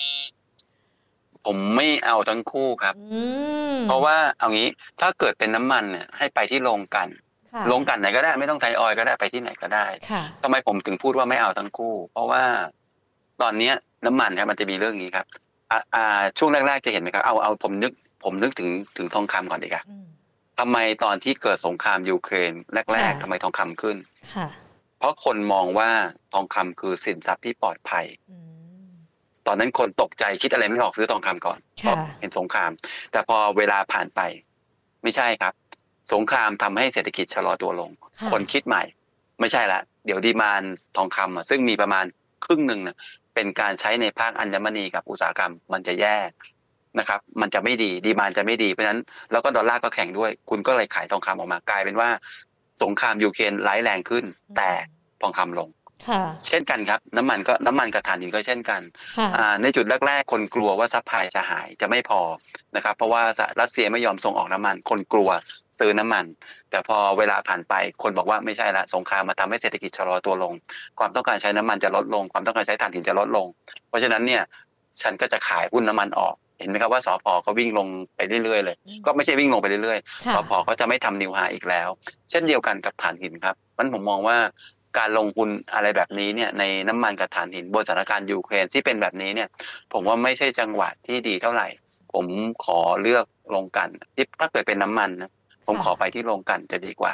ผมไม่เอาทั้งคู่ครับเพราะว่าเอางี้ถ้าเกิดเป็นน้ำมันเนี่ยให้ไปที่โรงกลั่นไหนก็ได้ไม่ต้องไทยออยล์ก็ได้ไปที่ไหนก็ได้ทำไมผมถึงพูดว่าไม่เอาทั้งคู่เพราะว่าตอนนี้น้ำมันครับมันจะมีเรื่องนี้ครับช่วงแรกๆจะเห็นไหมครับเอาผมนึกถึงทองคำก่อนดีกว่าทำไมตอนที่เกิดสงครามยูเครนแรกๆทำไมทองคำขึ้นเพราะคนมองว่าทองคำคือสินทรัพย์ที่ปลอดภัยตอนนั้นคนตกใจคิดอะไรไม่ออกซื้อทองคำก่อนเพราะเห็นสงครามแต่พอเวลาผ่านไปไม่ใช่ครับสงครามทำให้เศรษฐกิจชะลอตัวลงคนคิดใหม่ไม่ใช่ละเดี๋ยวดีมานด์ทองคำซึ่งมีประมาณครึ่งหนึ่งเป็นการใช้ในภาคอัญมณีกับอุตสาหกรรมมันจะแย่นะครับมันจะไม่ดีดีมานด์จะไม่ดีเพราะฉะนั้นแล้วก็ดอลลาร์ก็แข็งด้วยคุณก็เลยขายทองคำออกมากลายเป็นว่าสงครามยูเครนร้ายแรงขึ้นแต่ทองคำลงเช่นกันครับน้ำมันกับถ่านหินก็เช่นกันในจุดแรกๆคนกลัวว่าซัพพลายจะหายจะไม่พอนะครับเพราะว่ารัสเซียไม่ยอมส่งออกน้ำมันคนกลัวซื้อน้ำมันแต่พอเวลาผ่านไปคนบอกว่าไม่ใช่ละสงครามมาทำให้เศรษฐกิจชะลอตัวลงความต้องการใช้น้ำมันจะลดลงความต้องการใช้ถ่านหินจะลดลงเพราะฉะนั้นเนี่ยฉันก็จะขายหุ้นน้ำมันออกเห็นไหมครับว่าสผ.ก็วิ่งลงไปเรื่อยๆเลยก็ไม่ใช่วิ่งลงไปเรื่อยๆสผ.ก็จะไม่ทำนิวไฮอีกแล้วเช่นเดียวกันกับถ่านหินครับมันผมมองว่าการลงทุนอะไรแบบนี้เนี่ยในน้ำมันกับถ่านหินบนสถานการณ์ยูเครนที่เป็นแบบนี้เนี่ยผมว่าไม่ใช่จังหวะที่ดีเท่าไหร่ผมขอเลือกลงกันที่ถ้าเกิดเป็นน้ำมันนะผมขอไปที่โรงกลั่นจะดีกว่า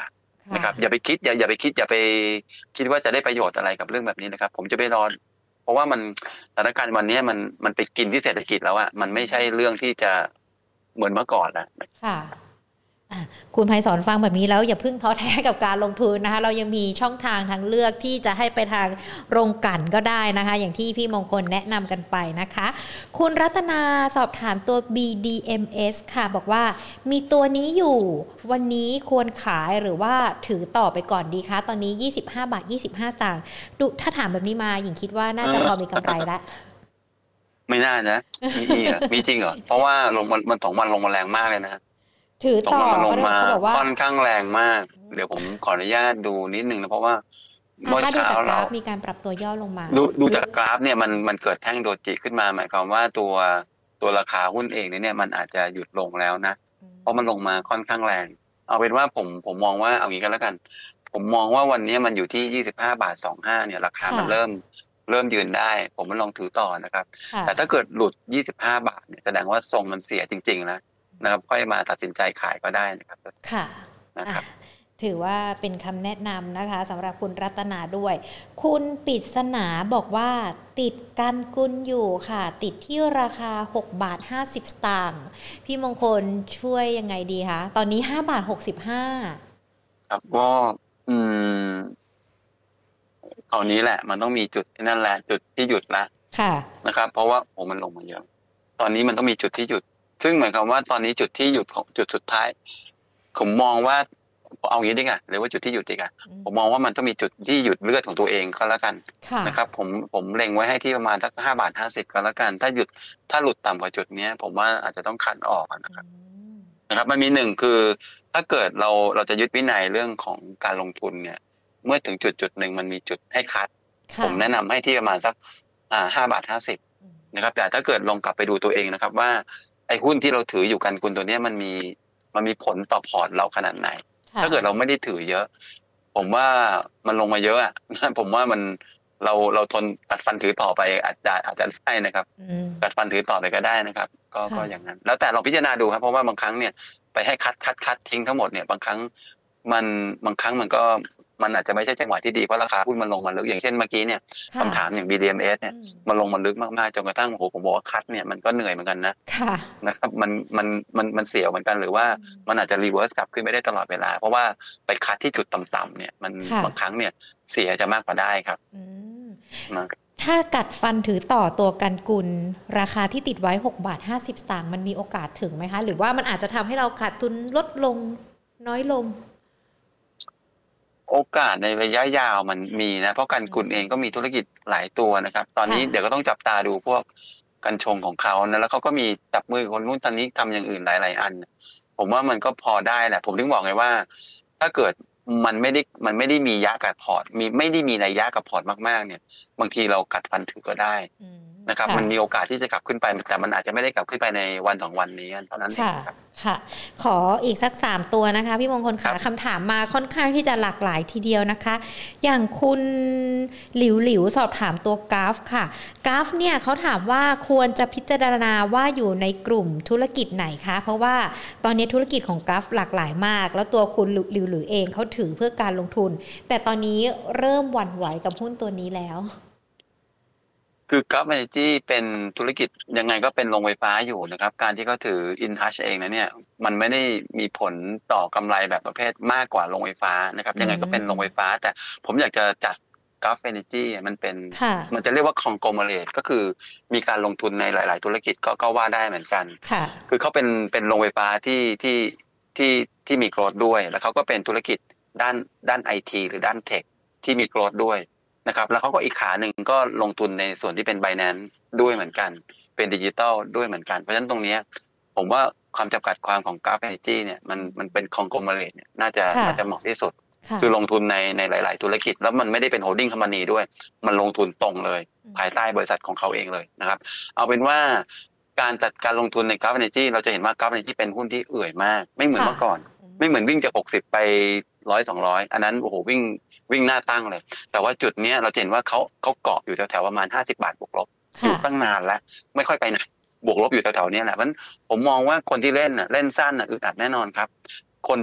นะครับอย่าไปคิดอย่าไปคิดอย่าไปคิดว่าจะได้ประโยชน์อะไรกับเรื่องแบบนี้นะครับผมจะไปรอเพราะว่ามันสถานการณ์วันนี้มันไปกินที่เศรษฐกิจแล้วอะมันไม่ใช่เรื่องที่จะเหมือนเมื่อก่อนแล้วค่ะคุณไพศาลฟังแบบนี้แล้วอย่าเพิ่งท้อแท้กับการลงทุนนะคะเรายังมีช่องทางทางเลือกที่จะให้ไปทางโรงกลั่นก็ได้นะคะอย่างที่พี่มงคลแนะนำกันไปนะคะคุณรัตนาสอบถามตัว BDMs ค่ะบอกว่ามีตัวนี้อยู่วันนี้ควรขายหรือว่าถือต่อไปก่อนดีคะตอนนี้25 บาท 25 สตางค์ดูถ้าถามแบบนี้มาหญิงคิดว่าน่าจะพอมีกำไรแล้วไม่น่านะมีจริงเหรอเพราะว่าลงมัน2 วันลงมาแรงมากเลยนะถือต่อลงมาค่อนข้างแรงมากเดี๋ยวผมขออนุญาตดูนิดนึงนะเพราะว่าเมื่อเช้าเรามีการปรับตัวย่อลงมาดูจากกราฟเนี่ยมันเกิดแท่งโดจิขึ้นมาหมายความว่าตัวราคาหุ้นเองเนี่ยมันอาจจะหยุดลงแล้วนะเพราะมันลงมาค่อนข้างแรงเอาเป็นว่าผมมองว่าเอางี้กันแล้วกันผมมองว่าวันนี้มันอยู่ที่25.25 เนี่ยราคามันเริ่มยืนได้ผมมันลองถือต่อนะครับแต่ถ้าเกิดหลุด25 บาทเนี่ยแสดงว่าทรงมันเสียจริงๆแล้วนะครับค่อยมาตัดสินใจขายก็ได้นะครับค่ะนะครับถือว่าเป็นคำแนะนำนะคะสำหรับคุณรัตนาด้วยคุณปริศนาบอกว่าติดกันกุลอยู่ค่ะติดที่ราคา6 บาท 50 สตางค์พี่มงคลช่วยยังไงดีคะตอนนี้5 บาท 65 ครับก็ตอนนี้แหละมันต้องมีจุดนั่นแหละจุดที่หยุดละนะครับเพราะว่ามันลงมาเยอะตอนนี้มันต้องมีจุดที่หยุดซึ่งหมายความว่าตอนนี้จุดที่หยุดของจุดสุดท้ายผมมองว่าเอางี้ดีกว่าหรือว่าจุดที่หยุดดีกว่าผมมองว่ามันต้องมีจุดที่หยุดเลือดของตัวเองก็แล้วกันนะครับผมเล็งไว้ให้ที่ประมาณสัก5 บาท 50ก็แล้วกันถ้าหลุดต่ำกว่าจุดนี้ผมว่าอาจจะต้องขันออกนะครับมันมีหนึ่งคือถ้าเกิดเราจะยึดวินัยเรื่องของการลงทุนเนี่ยเมื่อถึงจุดหนึ่งมันมีจุดให้คัดผมแนะนำให้ที่ประมาณสัก5 บาท 50นะครับแต่ถ้าเกิดลองกลับไปดูตัวเองนะครับว่าไอ้หุ้นที่เราถืออยู่กันกุลตัวนี้มันมีผลต่อพอร์ตเราขนาดไหนถ้าเกิดเราไม่ได้ถือเยอะผมว่ามันลงมาเยอะอ่ะผมว่าเราทนกัดฟันถือต่อไปอาจจะได้นะครับกัดฟันถือต่อไปก็ได้นะครับก็อย่างนั้นแล้วแต่เราพิจารณาดูครับเพราะว่าบางครั้งเนี่ยไปให้คัดทิ้งทั้งหมดเนี่ยบางครั้งมันอาจจะไม่ใช่จังหวะที่ดีเพราะราคาหุ้นมันลงมาลึกอย่างเช่นเมื่อกี้เนี่ยคำถามอย่าง BDMs เนี่ยมันลงมาลึกมากๆจนกระทั่งผมบอกว่าคัดเนี่ยมันก็เหนื่อยเหมือนกันนะครับมันเสียวเหมือนกันหรือว่ามันอาจจะรีเวิร์สกลับขึ้นไม่ได้ตลอดเวลาเพราะว่าไปคัดที่จุดต่ำๆเนี่ยมันบางครั้งเนี่ยเสียจะมากกว่าได้ครับถ้ากัดฟันถือต่อตัวกันกุลราคาที่ติดไว้6 บาท 50 สตางค์มันมีโอกาสถึงไหมคะหรือว่ามันอาจจะทำให้เราขาดทุนลดลงน้อยลงโอกาสในระยะยาวมันมีนะเพราะกันกุลเองก็มีธุรกิจหลายตัวนะครับตอนนี้เดี๋ยวก็ต้องจับตาดูพวกกัญชงของเขานะแล้วเขาก็มีจับมือคนนู้นตอนนี้ทำอย่างอื่นหลายๆอันผมว่ามันก็พอได้แหละผมถึงบอกไงว่าถ้าเกิดมันไม่ได้มียะกับพอร์ตไม่ได้มีนัยยะกับพอร์ตมากๆเนี่ยบางทีเรากัดฟันถือก็ได้นะครับมันมีโอกาสที่จะกลับขึ้นไปแต่มันอาจจะไม่ได้กลับขึ้นไปในวัน2 วันนี้เท่านั้นเองครับค่ะขออีกสัก3ตัวนะคะพี่มงคลค่ะคำถามมาค่อนข้างที่จะหลากหลายทีเดียวนะคะอย่างคุณหลิวสอบถามตัวกราฟค่ะกราฟเนี่ยเขาถามว่าควรจะพิจารณาว่าอยู่ในกลุ่มธุรกิจไหนคะเพราะว่าตอนนี้ธุรกิจของกราฟหลากหลายมากแล้วตัวคุณหลิวเองเขาถือเพื่อการลงทุนแต่ตอนนี้เริ่มหวั่นไหวกับหุ้นตัวนี้แล้วคือ Gulf Energy เป็นธุรกิจยังไงก็เป็นโรงไฟฟ้าอยู่นะครับการที่เขาถือ InTouch เองนะเนี่ยมันไม่ได้มีผลต่อกำไรแบบประเภทมากกว่าโรงไฟฟ้านะครับยังไงก็เป็นโรงไฟฟ้าแต่ผมอยากจะจัด Gulf Energy มันจะเรียกว่า conglomerate ก็คือมีการลงทุนในหลายๆธุรกิจก็ว่าได้เหมือนกันคือเขาเป็นโรงไฟฟ้าที่มีโกรธด้วยแล้วเขาก็เป็นธุรกิจด้าน IT หรือด้านเทคที่มีโกรธด้วยนะครับแล้วเขาก็อีกขาหนึ่งก็ลงทุนในส่วนที่เป็น Binance ด้วยเหมือนกันเป็นดิจิตอลด้วยเหมือนกันเพราะฉะนั้นตรงนี้ผมว่าความจำกัดความของ Gulf Energy เนี่ยมันเป็น conglomerate เนี่ยน่าจะเหมาะที่สุดคือลงทุนในหลายๆธุรกิจแล้วมันไม่ได้เป็น holding company ด้วยมันลงทุนตรงเลยภายใต้บริษัทของเขาเองเลยนะครับเอาเป็นว่าการจัดการลงทุนใน Gulf Energy เราจะเห็นว่า Gulf Energy เป็นหุ้นที่เอื่อยมากไม่เหมือนเมื่อก่อนไม่เหมือนวิ่งจาก60ไป100-200อันนั้นโอ้โหวิ่งหน้าตั้งเลยแต่ว่าจุดนี้เราเห็นว่าเขาเกาะอยู่แถวๆประมาณ50 บาทบวกลบอยู่ตั้งนานแล้วไม่ค่อยไปไหนบวกลบอยู่แถวๆนี้แหละเพราะผมมองว่าคนที่เล่นสั้นอึดอัดแน่นอนครับคนที่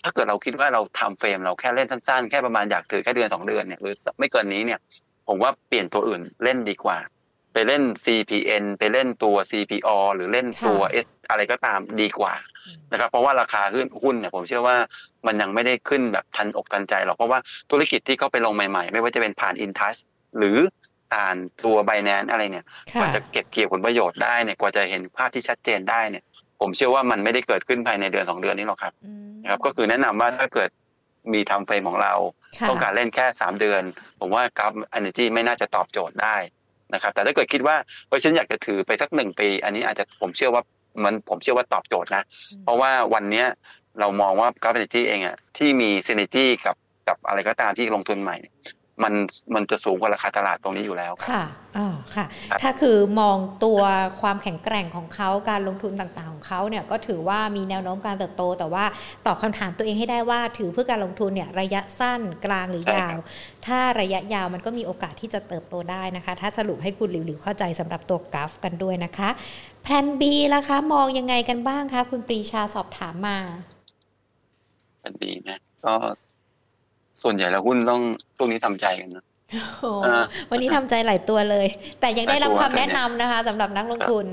ถ้าเกิดเราคิดว่าเราทำเฟรมเราแค่เล่นสั้นๆแค่ประมาณอยากถือแค่เดือน2 เดือนเนี่ยหรือไม่เกินนี้เนี่ยผมว่าเปลี่ยนตัวอื่นเล่นดีกว่าไปเล่น CPN ไปเล่นตัว CPO หรือเล่นตัว S อะไรก็ตามดีกว่านะครับเพราะว่าราคาหุ้นเนี่ยผมเชื่อว่ามันยังไม่ได้ขึ้นแบบทันอกทันใจหรอกเพราะว่าธุรกิจที่เขาไปลงใหม่ๆไม่ว่าจะเป็นผ่าน InTouch หรือผ่านตัว Binance อะไรเนี่ยกว่าจะเก็บเกี่ยวผลประโยชน์ได้เนี่ยกว่าจะเห็นภาพที่ชัดเจนได้เนี่ยผมเชื่อว่ามันไม่ได้เกิดขึ้นภายในเดือน2 เดือนนี้หรอกครับนะครับก็คือแนะนำว่าถ้าเกิดมีทำเฟรมของเราต้องการเล่นแค่3 เดือนผมว่ากราฟ Energy ไม่น่าจะตอบโจทย์ได้นะครับแต่ถ้าเกิดคิดว่าฉันอยากจะถือไปสัก1 ปีอันนี้อาจจะผมเชื่อว่าตอบโจทย์นะเพราะว่าวันนี้เรามองว่ากราฟ Energy เองอ่ะที่มี Synergy กับอะไรก็ตามที่ลงทุนใหม่มันจะสูงกว่าราคาตลาดตรงนี้อยู่แล้วค่ะค่ะถ้าคือมองตัวความแข็งแกร่งของเขาการลงทุนต่างๆของเขาเนี่ยก็ถือว่ามีแนวโน้มการเติบโตแต่ว่าตอบคำถามตัวเองให้ได้ว่าถือเพื่อการลงทุนเนี่ยระยะสั้นกลางหรือยาวถ้าระยะยาวมันก็มีโอกาสที่จะเติบโตได้นะคะถ้าสรุปให้คุณหลิวๆเข้าใจสำหรับตัวกราฟกันด้วยนะคะแพลน B ล่ะคะมองยังไงกันบ้างคะคุณปรีชาสอบถามมาแพลน B นะก็ส่วนใหญ่แล้วหุ้นต้องช่วงนี้ทำใจกันนะวันนี้ทำใจหลายตัวเลยแต่ยังได้รับคำแนะนำนะคะสำหรับนักลงทุน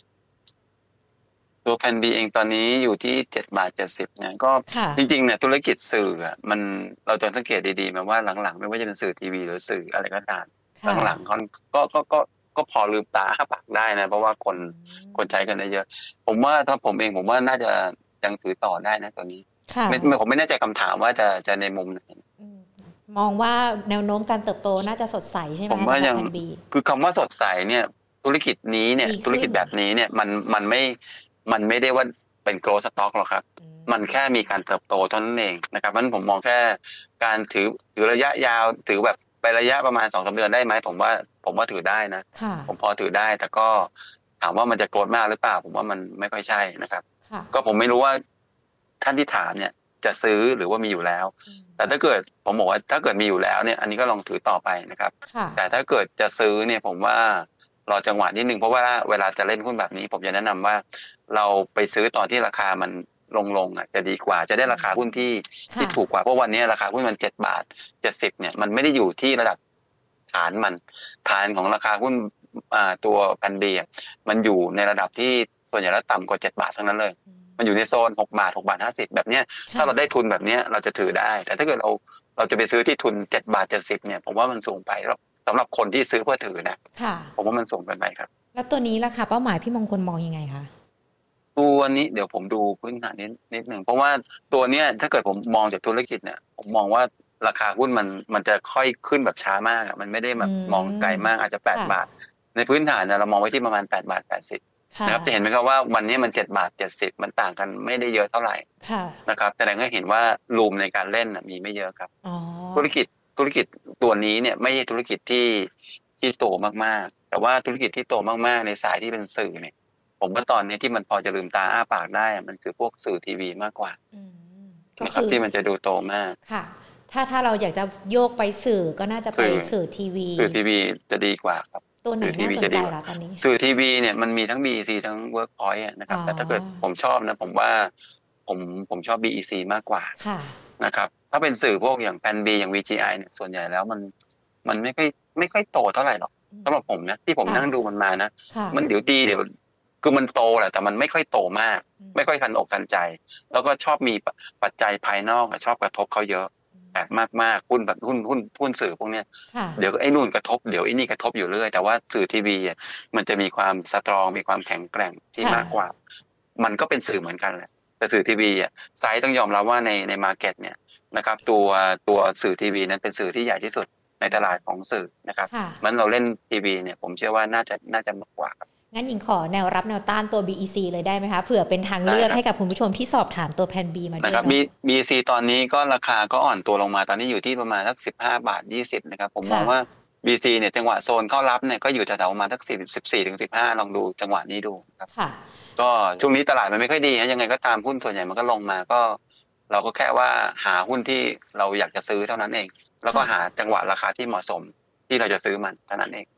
ตัวแพนบีเองตอนนี้อยู่ที่7.70 บาทเนี่ยก็จริงๆเนี่ยธุรกิจสื่ออ่ะมันเราจะสังเกตดีๆมาว่าหลังๆไม่ว่าจะเป็นสื่อทีวีหรือสื่ออะไรก็ตามหลังๆเขาก็พอลืมตาอ้าปากได้นะเพราะว่าคนใช้กันได้เยอะผมว่าถ้าผมเองผมว่าน่าจะยังถือต่อได้นะตัวนี้ผมไม่แน่ใจคำถามว่าจะในมุมไหนมองว่าแนวโน้มการเติบโตน่าจะสดใสใช่ไหมผมว่ายังคือคำว่าสดใสเนี่ยธุรกิจนี้เนี่ยธุรกิจแบบนี้เนี่ยมันไม่ได้ว่าเป็นโกลด์สต็อกหรอกครับมันแค่มีการเติบโตเท่านั้นเองนะครับเพราะฉะนั้นผมมองแค่การถือระยะยาวถือแบบไประยะประมาณ2-3 เดือนได้ไหมผมว่าถือได้นะผมพอถือได้แต่ก็ถามว่ามันจะโกรธมากหรือเปล่าผมว่ามันไม่ค่อยใช่นะครับก็ผมไม่รู้ว่าท่านที่ถามเนี่ยจะซื้อหรือว่ามีอยู่แล้วแต่ถ้าเกิดผมบอกว่าถ้าเกิดมีอยู่แล้วเนี่ยอันนี้ก็ลองถือต่อไปนะครับแต่ถ้าเกิดจะซื้อเนี่ยผมว่ารอจังหวะนิดนึงเพราะว่าเวลาจะเล่นหุ้นแบบนี้ผมจะแนะนำว่าเราไปซื้อตอนที่ราคามันลงอ่ะจะดีกว่าจะได้ราคาหุ้นที่ถูกกว่าเพราะวันนี้ราคาหุ้นมัน7.70 บาทเนี่ยมันไม่ได้อยู่ที่ระดับฐานของราคาหุ้นตัวแพนบีมันอยู่ในระดับที่ส่วนใหญ่แล้วต่ำกว่า7 บาททั้งนั้นเลยมันอยู่ในโซน6 บาท แบบเนี้ยถ้าเราได้ทุนแบบเนี้ยเราจะถือได้แต่ถ้าเกิดเราจะไปซื้อที่ทุน7.70 บาทเนี่ยผมว่ามันสูงไปสำหรับคนที่ซื้อเพื่อถือนะผมว่ามันสูงเกินไปครับแล้วตัวนี้ราคาเป้าหมายพี่มงคลมองยังไงคะตัวนี้เดี๋ยวผมดูพื้นฐานนิดหนึ่งเพราะว่าตัวเนี้ยถ้าเกิดผมมองจากธุรกิจเนี่ยผมมองว่าราคาหุ้นมันจะค่อยขึ้นแบบช้ามากมันไม่ได้แบบมองไกลมากอาจจะ8 บาทในพื้นฐานเนี่ยเรามองไว้ที่ประมาณ8.80 บาทนะครับจะเห็นไหมครับว่าวันนี้มัน7.70 บาทมันต่างกันไม่ได้เยอะเท่าไหร่นะครับแสดงให้เห็นว่ารูมในการเล่นมีไม่เยอะครับธุรกิจตัวนี้เนี่ยไม่ใช่ธุรกิจที่โตมากๆแต่ว่าธุรกิจที่โตมากๆในสายที่เป็นสื่อเนี่ยผมว่าตอนนี้ที่มันพอจะลืมตาอ้าปากได้มันคือพวกสื่อทีวีมากกว่านะครับที่มันจะดูโตมากค่ะถ้าเราอยากจะโยกไปสื่อก็น่าจะไปสื่อทีวีจะดีกว่าครับตัวไหนน่าสนใจล่ะตอนนี้สื่อทีวีเนี่ยมันมีทั้ง BEC ทั้ง Workpoint นะครับแต่ถ้าเกิดผมชอบนะผมว่าผมชอบ BEC มากกว่านะครับถ้าเป็นสื่อพวกอย่างแพน B อย่าง VGI เนี่ยส่วนใหญ่แล้วมันไม่ค่อยโตเท่าไหร่หรอกสำหรับผมนะที่ผมนั่งดูมันมานะมันเดี๋ยวดีเดี๋ยวคือมันโตแหละแต่มันไม่ค่อยโตมากไม่ค่อยทันอกทันใจแล้วก็ชอบมีปัจจัยภายนอกชอบกระทบเขาเยอะแปลกมากๆหุ้นแบบหุ้นสื่อพวกเนี้ยเดี๋ยวไอ้นู่นกระทบเดี๋ยวไอ้นี่กระทบอยู่เรื่อยแต่ว่าสื่อทีวีมันจะมีความสตรองมีความแข็งแกร่งที่มากกว่ามันก็เป็นสื่อเหมือนกันแหละแต่สื่อทีวีไซส์ต้องยอมรับว่าในมาร์เก็ตเนี่ยนะครับตัวสื่อทีวีนั้นเป็นสื่อที่ใหญ่ที่สุดในตลาดของสื่อนะครับมันเราเล่นทีวีเนี่ยผมเชื่อว่าน่าจะมากกว่าครับงั้นหญิงขอแนวรับแนวต้านตัว BEC เลยได้ไหมคะเผื่อเป็นทางเลือกให้กับคุณผู้ชมที่สอบถามตัวแพน B มาด้วยนะครับ BEC ตอนนี้ก็ราคาก็อ่อนตัวลงมาตอนนี้อยู่ที่ประมาณสัก15.20 บาทนะครับผมมองว่า BEC เนี่ยจังหวะโซนเข้ารับเนี่ยก็อยู่แถวๆประมาณสัก14-15ลองดูจังหวะนี้ดูครับก็ช่วงนี้ตลาดมันไม่ค่อยดีนะยังไงก็ตามหุ้นส่วนใหญ่มันก็ลงมาก็เราก็แค่ว่าหาหุ้นที่เราอยากจะซื้อเท่านั้นเองแล้วก็หาจังหวะราคาที่เหมาะสมที่เราจะซื้อมันเท่านั้นเอง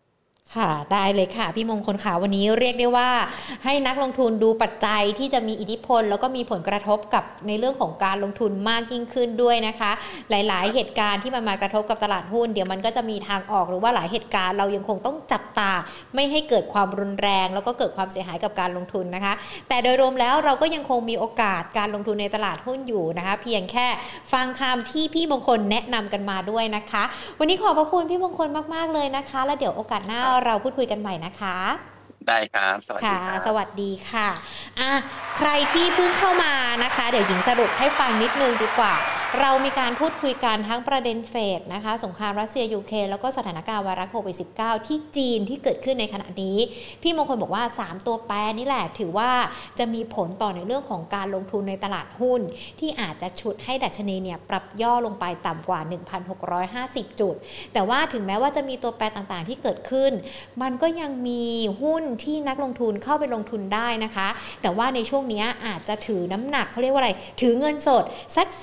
ค่ะได้เลยค่ะพี่มงคลค่ะวันนี้เรียกได้ว่าให้นักลงทุนดูปัจจัยที่จะมีอิทธิพลแล้วก็มีผลกระทบกับในเรื่องของการลงทุนมากยิ่งขึ้นด้วยนะคะหลายๆเหตุการณ์ที่มันมากระทบกับตลาดหุ้นเดี๋ยวมันก็จะมีทางออกหรือว่าหลายเหตุการณ์เรายังคงต้องจับตาไม่ให้เกิดความรุนแรงแล้วก็เกิดความเสียหายกับการลงทุนนะคะแต่โดยรวมแล้วเราก็ยังคงมีโอกาสการลงทุนในตลาดหุ้นอยู่นะคะเพียงแค่ฟังคำที่พี่มงคลแนะนำกันมาด้วยนะคะวันนี้ขอบพระคุณพี่มงคลมากๆเลยนะคะแล้วเดี๋ยวโอกาสหน้าเราพูดคุยกันใหม่นะคะได้ครับสวัสดีค่ะครับสวัสดีค่ะใครที่เพิ่งเข้ามานะคะเดี๋ยวหญิงสรุปให้ฟังนิดนึงดีกว่าเรามีการพูดคุยกันทั้งประเด็นเฟดนะคะสงครามรัสเซียยูเครนแล้วก็สถานการณ์ไวรัสโควิด -19 ที่จีนที่เกิดขึ้นในขณะนี้พี่มงคลบอกว่า3ตัวแปรนี่แหละถือว่าจะมีผลต่อในเรื่องของการลงทุนในตลาดหุ้นที่อาจจะฉุดให้ดัชนีเนี่ยปรับย่อลงไปต่ำกว่า 1,650 จุดแต่ว่าถึงแม้ว่าจะมีตัวแปรต่างๆที่เกิดขึ้นมันก็ยังมีหุ้นที่นักลงทุนเข้าไปลงทุนได้นะคะแต่ว่าในช่วงนี้อาจจะถือน้ำหนักเขาเรียกว่าอะไรถือเงินสดสัก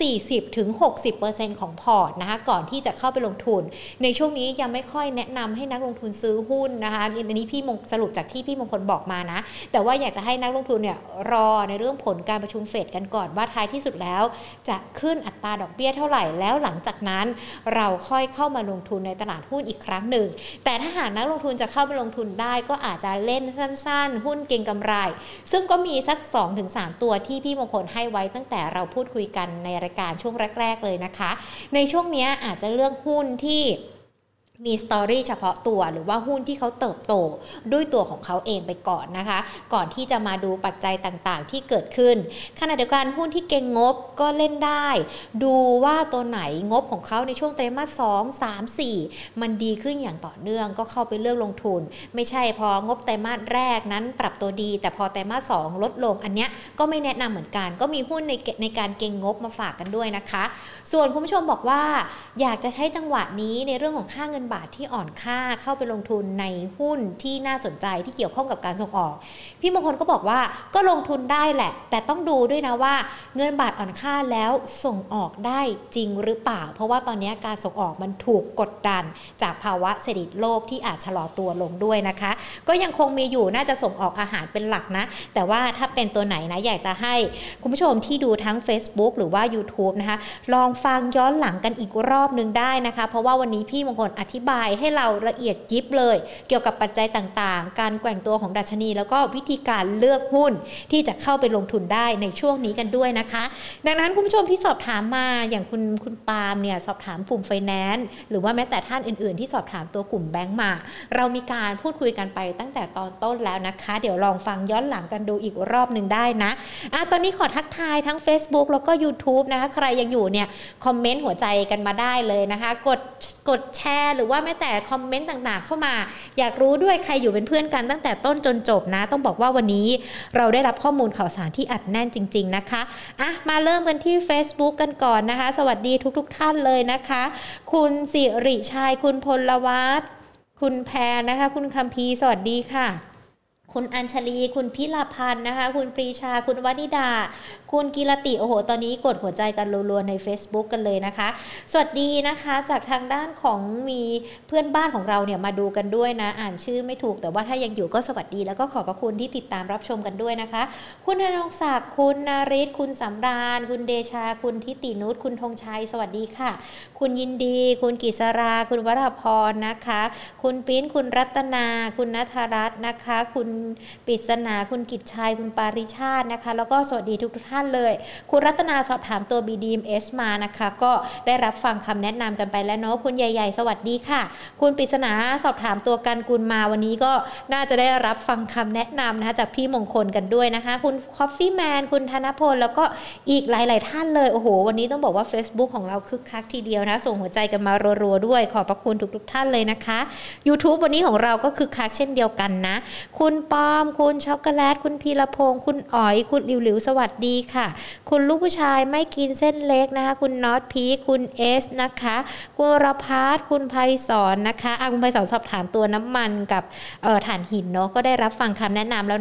40-60% ของพอร์ตนะคะก่อนที่จะเข้าไปลงทุนในช่วงนี้ยังไม่ค่อยแนะนำให้นักลงทุนซื้อหุ้นนะคะอันนี้พี่มงสรุปจากที่พี่มงคลบอกมานะแต่ว่าอยากจะให้นักลงทุนเนี่ยรอในเรื่องผลการประชุมเฟดกันก่อนว่าท้ายที่สุดแล้วจะขึ้นอัตราดอกเบี้ยเท่าไหร่แล้วหลังจากนั้นเราค่อยเข้ามาลงทุนในตลาดหุ้นอีกครั้งหนึ่งแต่ถ้าหากนักลงทุนจะเข้าไปลงทุนได้ก็อาจจะเล่นสั้นๆหุ้นเก็งกำไรซึ่งก็มีสัก 2-3 ตัวที่พี่มงคลให้ไว้ตั้งแต่เราพูดคุยกันในรายการช่วงแรกๆเลยนะคะในช่วงนี้อาจจะเลือกหุ้นที่มีสตอรี่เฉพาะตัวหรือว่าหุ้นที่เขาเติบโตด้วยตัวของเขาเองไปก่อนนะคะก่อนที่จะมาดูปัจจัยต่างๆที่เกิดขึ้นขณะเดียวกันหุ้นที่เก็งงบก็เล่นได้ดูว่าตัวไหนงบของเขาในช่วงไตรมาส2 3 4มันดีขึ้นอย่างต่อเนื่องก็เข้าไปเลือกลงทุนไม่ใช่พองบไตรมาสแรกนั้นปรับตัวดีแต่พอไตรมาส2ลดลงอันเนี้ยก็ไม่แนะนำเหมือนกันก็มีหุ้นในการเก็งงบมาฝากกันด้วยนะคะส่วนคุณผู้ชมบอกว่าอยากจะใช้จังหวะนี้ในเรื่องของค่าเงินบาทที่อ่อนค่าเข้าไปลงทุนในหุ้นที่น่าสนใจที่เกี่ยวข้องกับการส่งออกพี่มงคลก็บอกว่าก็ลงทุนได้แหละแต่ต้องดูด้วยนะว่าเงินบาทอ่อนค่าแล้วส่งออกได้จริงหรือเปล่าเพราะว่าตอนนี้การส่งออกมันถูกกดดันจากภาวะเศรษฐกิจโลกที่อาจชะลอตัวลงด้วยนะคะก็ยังคงมีอยู่น่าจะส่งออกอาหารเป็นหลักนะแต่ว่าถ้าเป็นตัวไหนนะอยากจะให้คุณผู้ชมที่ดูทั้ง Facebook หรือว่า YouTube นะคะลองฟังย้อนหลังกันอีกรอบนึงได้นะคะเพราะว่าวันนี้พี่มงคลอธิบายให้เราละเอียดยิบเลยเกี่ยวกับปัจจัยต่างๆการแกว่งตัวของดัชนีแล้วก็วิธีการเลือกหุ้นที่จะเข้าไปลงทุนได้ในช่วงนี้กันด้วยนะคะดังนั้นคุณผู้ชมที่สอบถามมาอย่างคุณปาล์มเนี่ยสอบถามกลุ่มไฟแนนซ์หรือว่าแม้แต่ท่านอื่นๆที่สอบถามตัวกลุ่มแบงก์มาเรามีการพูดคุยกันไปตั้งแต่ตอนต้นแล้วนะคะเดี๋ยวลองฟังย้อนหลังกันดูอีกรอบนึงได้นะตอนนี้ขอทักทายทั้ง Facebook แล้วก็ YouTube นะคะใครยังอยู่เนี่ยคอมเมนต์หัวใจกันมาได้เลยนะคะกดแชร์หรือว่าแม้แต่คอมเมนต์ต่างๆเข้ามาอยากรู้ด้วยใครอยู่เป็นเพื่อนกันตั้งแต่ต้นจนจบนะต้องบอกว่าวันนี้เราได้รับข้อมูลข่าวสารที่อัดแน่นจริงๆนะคะมาเริ่มกันที่ Facebook กันก่อนนะคะสวัสดีทุกท่านเลยนะคะคุณสิริชัยคุณพลวัฒน์คุณแพรนะคะคุณคัมพีสวัสดีค่ะคุณอัญชลีคุณพิลาพันธ์นะคะคุณปรีชาคุณวนิดาคุณกีรติโอ้โหตอนนี้กดหัวใจกันรัวๆใน Facebook กันเลยนะคะสวัสดีนะคะจากทางด้านของมีเพื่อนบ้านของเราเนี่ยมาดูกันด้วยนะอ่านชื่อไม่ถูกแต่ว่าถ้ายังอยู่ก็สวัสดีแล้วก็ขอบพระคุณที่ติดตามรับชมกันด้วยนะคะคุณธนงศักดิ์คุณนาริศคุณสำราญคุณเดชาคุณทิตินุชคุณธงชัยสวัสดีค่ะคุณยินดีคุณกิษราคุณวราพรนะคะคุณปิ้นคุณรัตนาคุณณัฐรัตน์นะคะคุณปริศนาคุณกิจชัยคุณปาริชาตินะคะแล้วก็สวัสดีทุกท่านเลยคุณรัตนาสอบถามตัว BDMs มานะคะก็ได้รับฟังคำแนะนำกันไปแล้วเนาะคุณใหญ่ๆสวัสดีค่ะคุณปริศนาสอบถามตัวกันกุลมาวันนี้ก็น่าจะได้รับฟังคำแนะนำนะคะจากพี่มงคลกันด้วยนะคะคุณ Coffee Man คุณธนพลแล้วก็อีกหลายๆท่านเลยโอ้โหวันนี้ต้องบอกว่า Facebook ของเราคึกคักทีเดียวนะส่งหัวใจกันมารัวๆด้วยขอบพระคุณทุกท่านเลยนะคะ YouTube วันนี้ของเราก็คึกคักเช่นเดียวกันนะคุณปอมคุณช็อกโกแลตคุณพีรพงศ์คุณอ๋อยคุณหลิวๆสวัสดีค่ะคุณลูกผู้ชายไม่กินเส้นเล็กนะคะคุณน็อตพีคุณเอสนะคะคุณรพัฒน์คุณไพศรนะคะคุณไพศรสอบถามตัวน้ำมันกับถ่านหินเนาะก็ได้รับฟังคำแนะนำแล้วนะ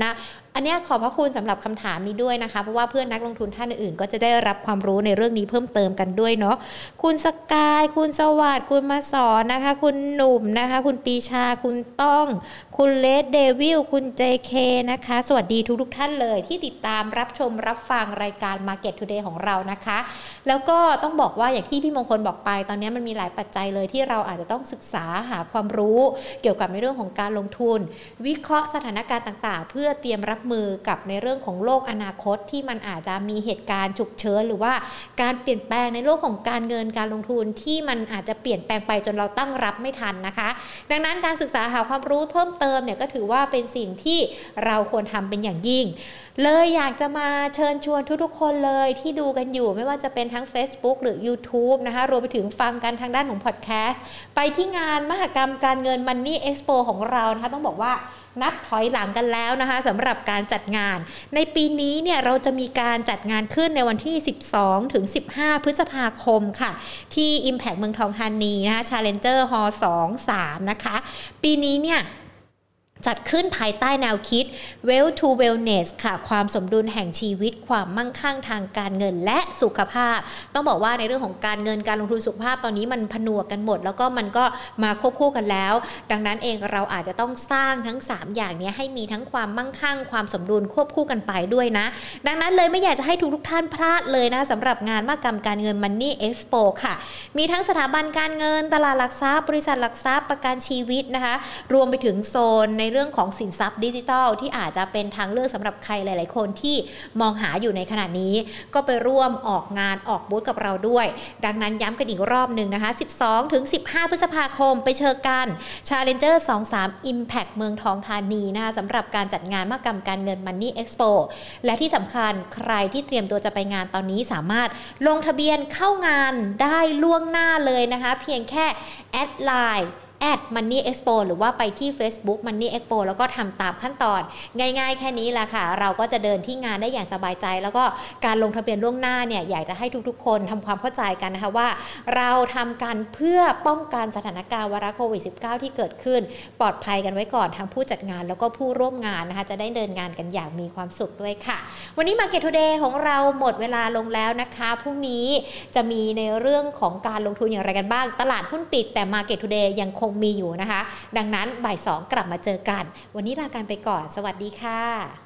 อันนี้ขอบพระคุณสำหรับคำถามนี้ด้วยนะคะเพราะว่าเพื่อนนักลงทุนท่านอื่นๆก็จะได้รับความรู้ในเรื่องนี้เพิ่มเติมกันด้วยเนาะคุณสกายคุณสวัสดิ์คุณมาสอนนะคะคุณหนุ่มนะคะคุณปีชาคุณต้องคุณเลดเดวิลคุณ JK นะคะสวัสดีทุกท่านเลยที่ติดตามรับชมรับฟังรายการ Market Today ของเรานะคะแล้วก็ต้องบอกว่าอย่างที่พี่มงคลบอกไปตอนนี้มันมีหลายปัจจัยเลยที่เราอาจจะต้องศึกษาหาความรู้เกี่ยวกับในเรื่องของการลงทุนวิเคราะห์สถานการณ์ต่างๆเพื่อเตรียมรับมือกับในเรื่องของโลกอนาคตที่มันอาจจะมีเหตุการณ์ฉุกเฉินหรือว่าการเปลี่ยนแปลงในโลกของการเงินการลงทุนที่มันอาจจะเปลี่ยนแปลงไปจนเราตั้งรับไม่ทันนะคะดังนั้นการศึกษาหาความรู้เพิ่มเติมเนี่ยก็ถือว่าเป็นสิ่งที่เราควรทำเป็นอย่างยิ่งเลยอยากจะมาเชิญชวนทุกๆคนเลยที่ดูกันอยู่ไม่ว่าจะเป็นทั้ง Facebook หรือ YouTube นะคะรวมไปถึงฟังกันทางด้านของพอดแคสต์ไปที่งานมหกรรมการเงิน Money Expo ของเรานะคะต้องบอกว่านับถอยหลังกันแล้วนะคะสำหรับการจัดงานในปีนี้เนี่ยเราจะมีการจัดงานขึ้นในวันที่12ถึง15พฤษภาคมค่ะที่ Impact เมืองทองธานีนะคะ Challenger Hall 2-3 นะคะปีนี้เนี่ยจัดขึ้นภายใต้แนวคิด Wealth to Wellness ค่ะความสมดุลแห่งชีวิตความมั่งคั่งทางการเงินและสุขภาพต้องบอกว่าในเรื่องของการเงินการลงทุนสุขภาพตอนนี้มันผนวกกันหมดแล้วก็มันก็มาควบคู่กันแล้วดังนั้นเองเราอาจจะต้องสร้างทั้ง3อย่างนี้ให้มีทั้งความมั่งคั่งความสมดุลควบคู่กันไปด้วยนะดังนั้นเลยไม่อยากจะให้ทุกท่านพลาดเลยนะสำหรับงานมหกรรมการเงิน Money Expo ค่ะมีทั้งสถาบันการเงินตลาดหลักทรัพย์บริษัทหลักทรัพย์ประกันชีวิตนะคะรวมไปถึงโซนในเรื่องของสินทรัพย์ดิจิทัลที่อาจจะเป็นทางเลือกสำหรับใครหลายๆคนที่มองหาอยู่ในขณะนี้ก็ไปร่วมออกงานออกบูธกับเราด้วยดังนั้นย้ำกันอีกรอบหนึ่งนะคะ12ถึง15พฤษภาคมไปเจอกัน Challenger 2-3 Impact เมืองทองธานีนะคะสำหรับการจัดงานมหกรรมการเงิน Money Expo และที่สำคัญใครที่เตรียมตัวจะไปงานตอนนี้สามารถลงทะเบียนเข้างานได้ล่วงหน้าเลยนะคะเพียงแค่แอดไลน์Money Expo หรือว่าไปที่ Facebook Money Expo แล้วก็ทำตามขั้นตอนง่ายๆแค่นี้แหละค่ะเราก็จะเดินที่งานได้อย่างสบายใจแล้วก็การลงทะเบียนล่วงหน้าเนี่ยอยากจะให้ทุกๆคนทำความเข้าใจกันนะคะว่าเราทำกันเพื่อป้องกันสถานการณ์วาระโควิด -19 ที่เกิดขึ้นปลอดภัยกันไว้ก่อนทั้งผู้จัดงานแล้วก็ผู้ร่วมงานนะคะจะได้เดินงานกันอย่างมีความสุขด้วยค่ะวันนี้ Market Today ของเราหมดเวลาลงแล้วนะคะพรุ่งนี้จะมีในเรื่องของการลงทุนอย่างไรกันบ้างตลาดหุ้นปิดแต่ Market Today ยังคงมีอยู่นะคะดังนั้นบ่าย 2กลับมาเจอกันวันนี้ลากันไปก่อนสวัสดีค่ะ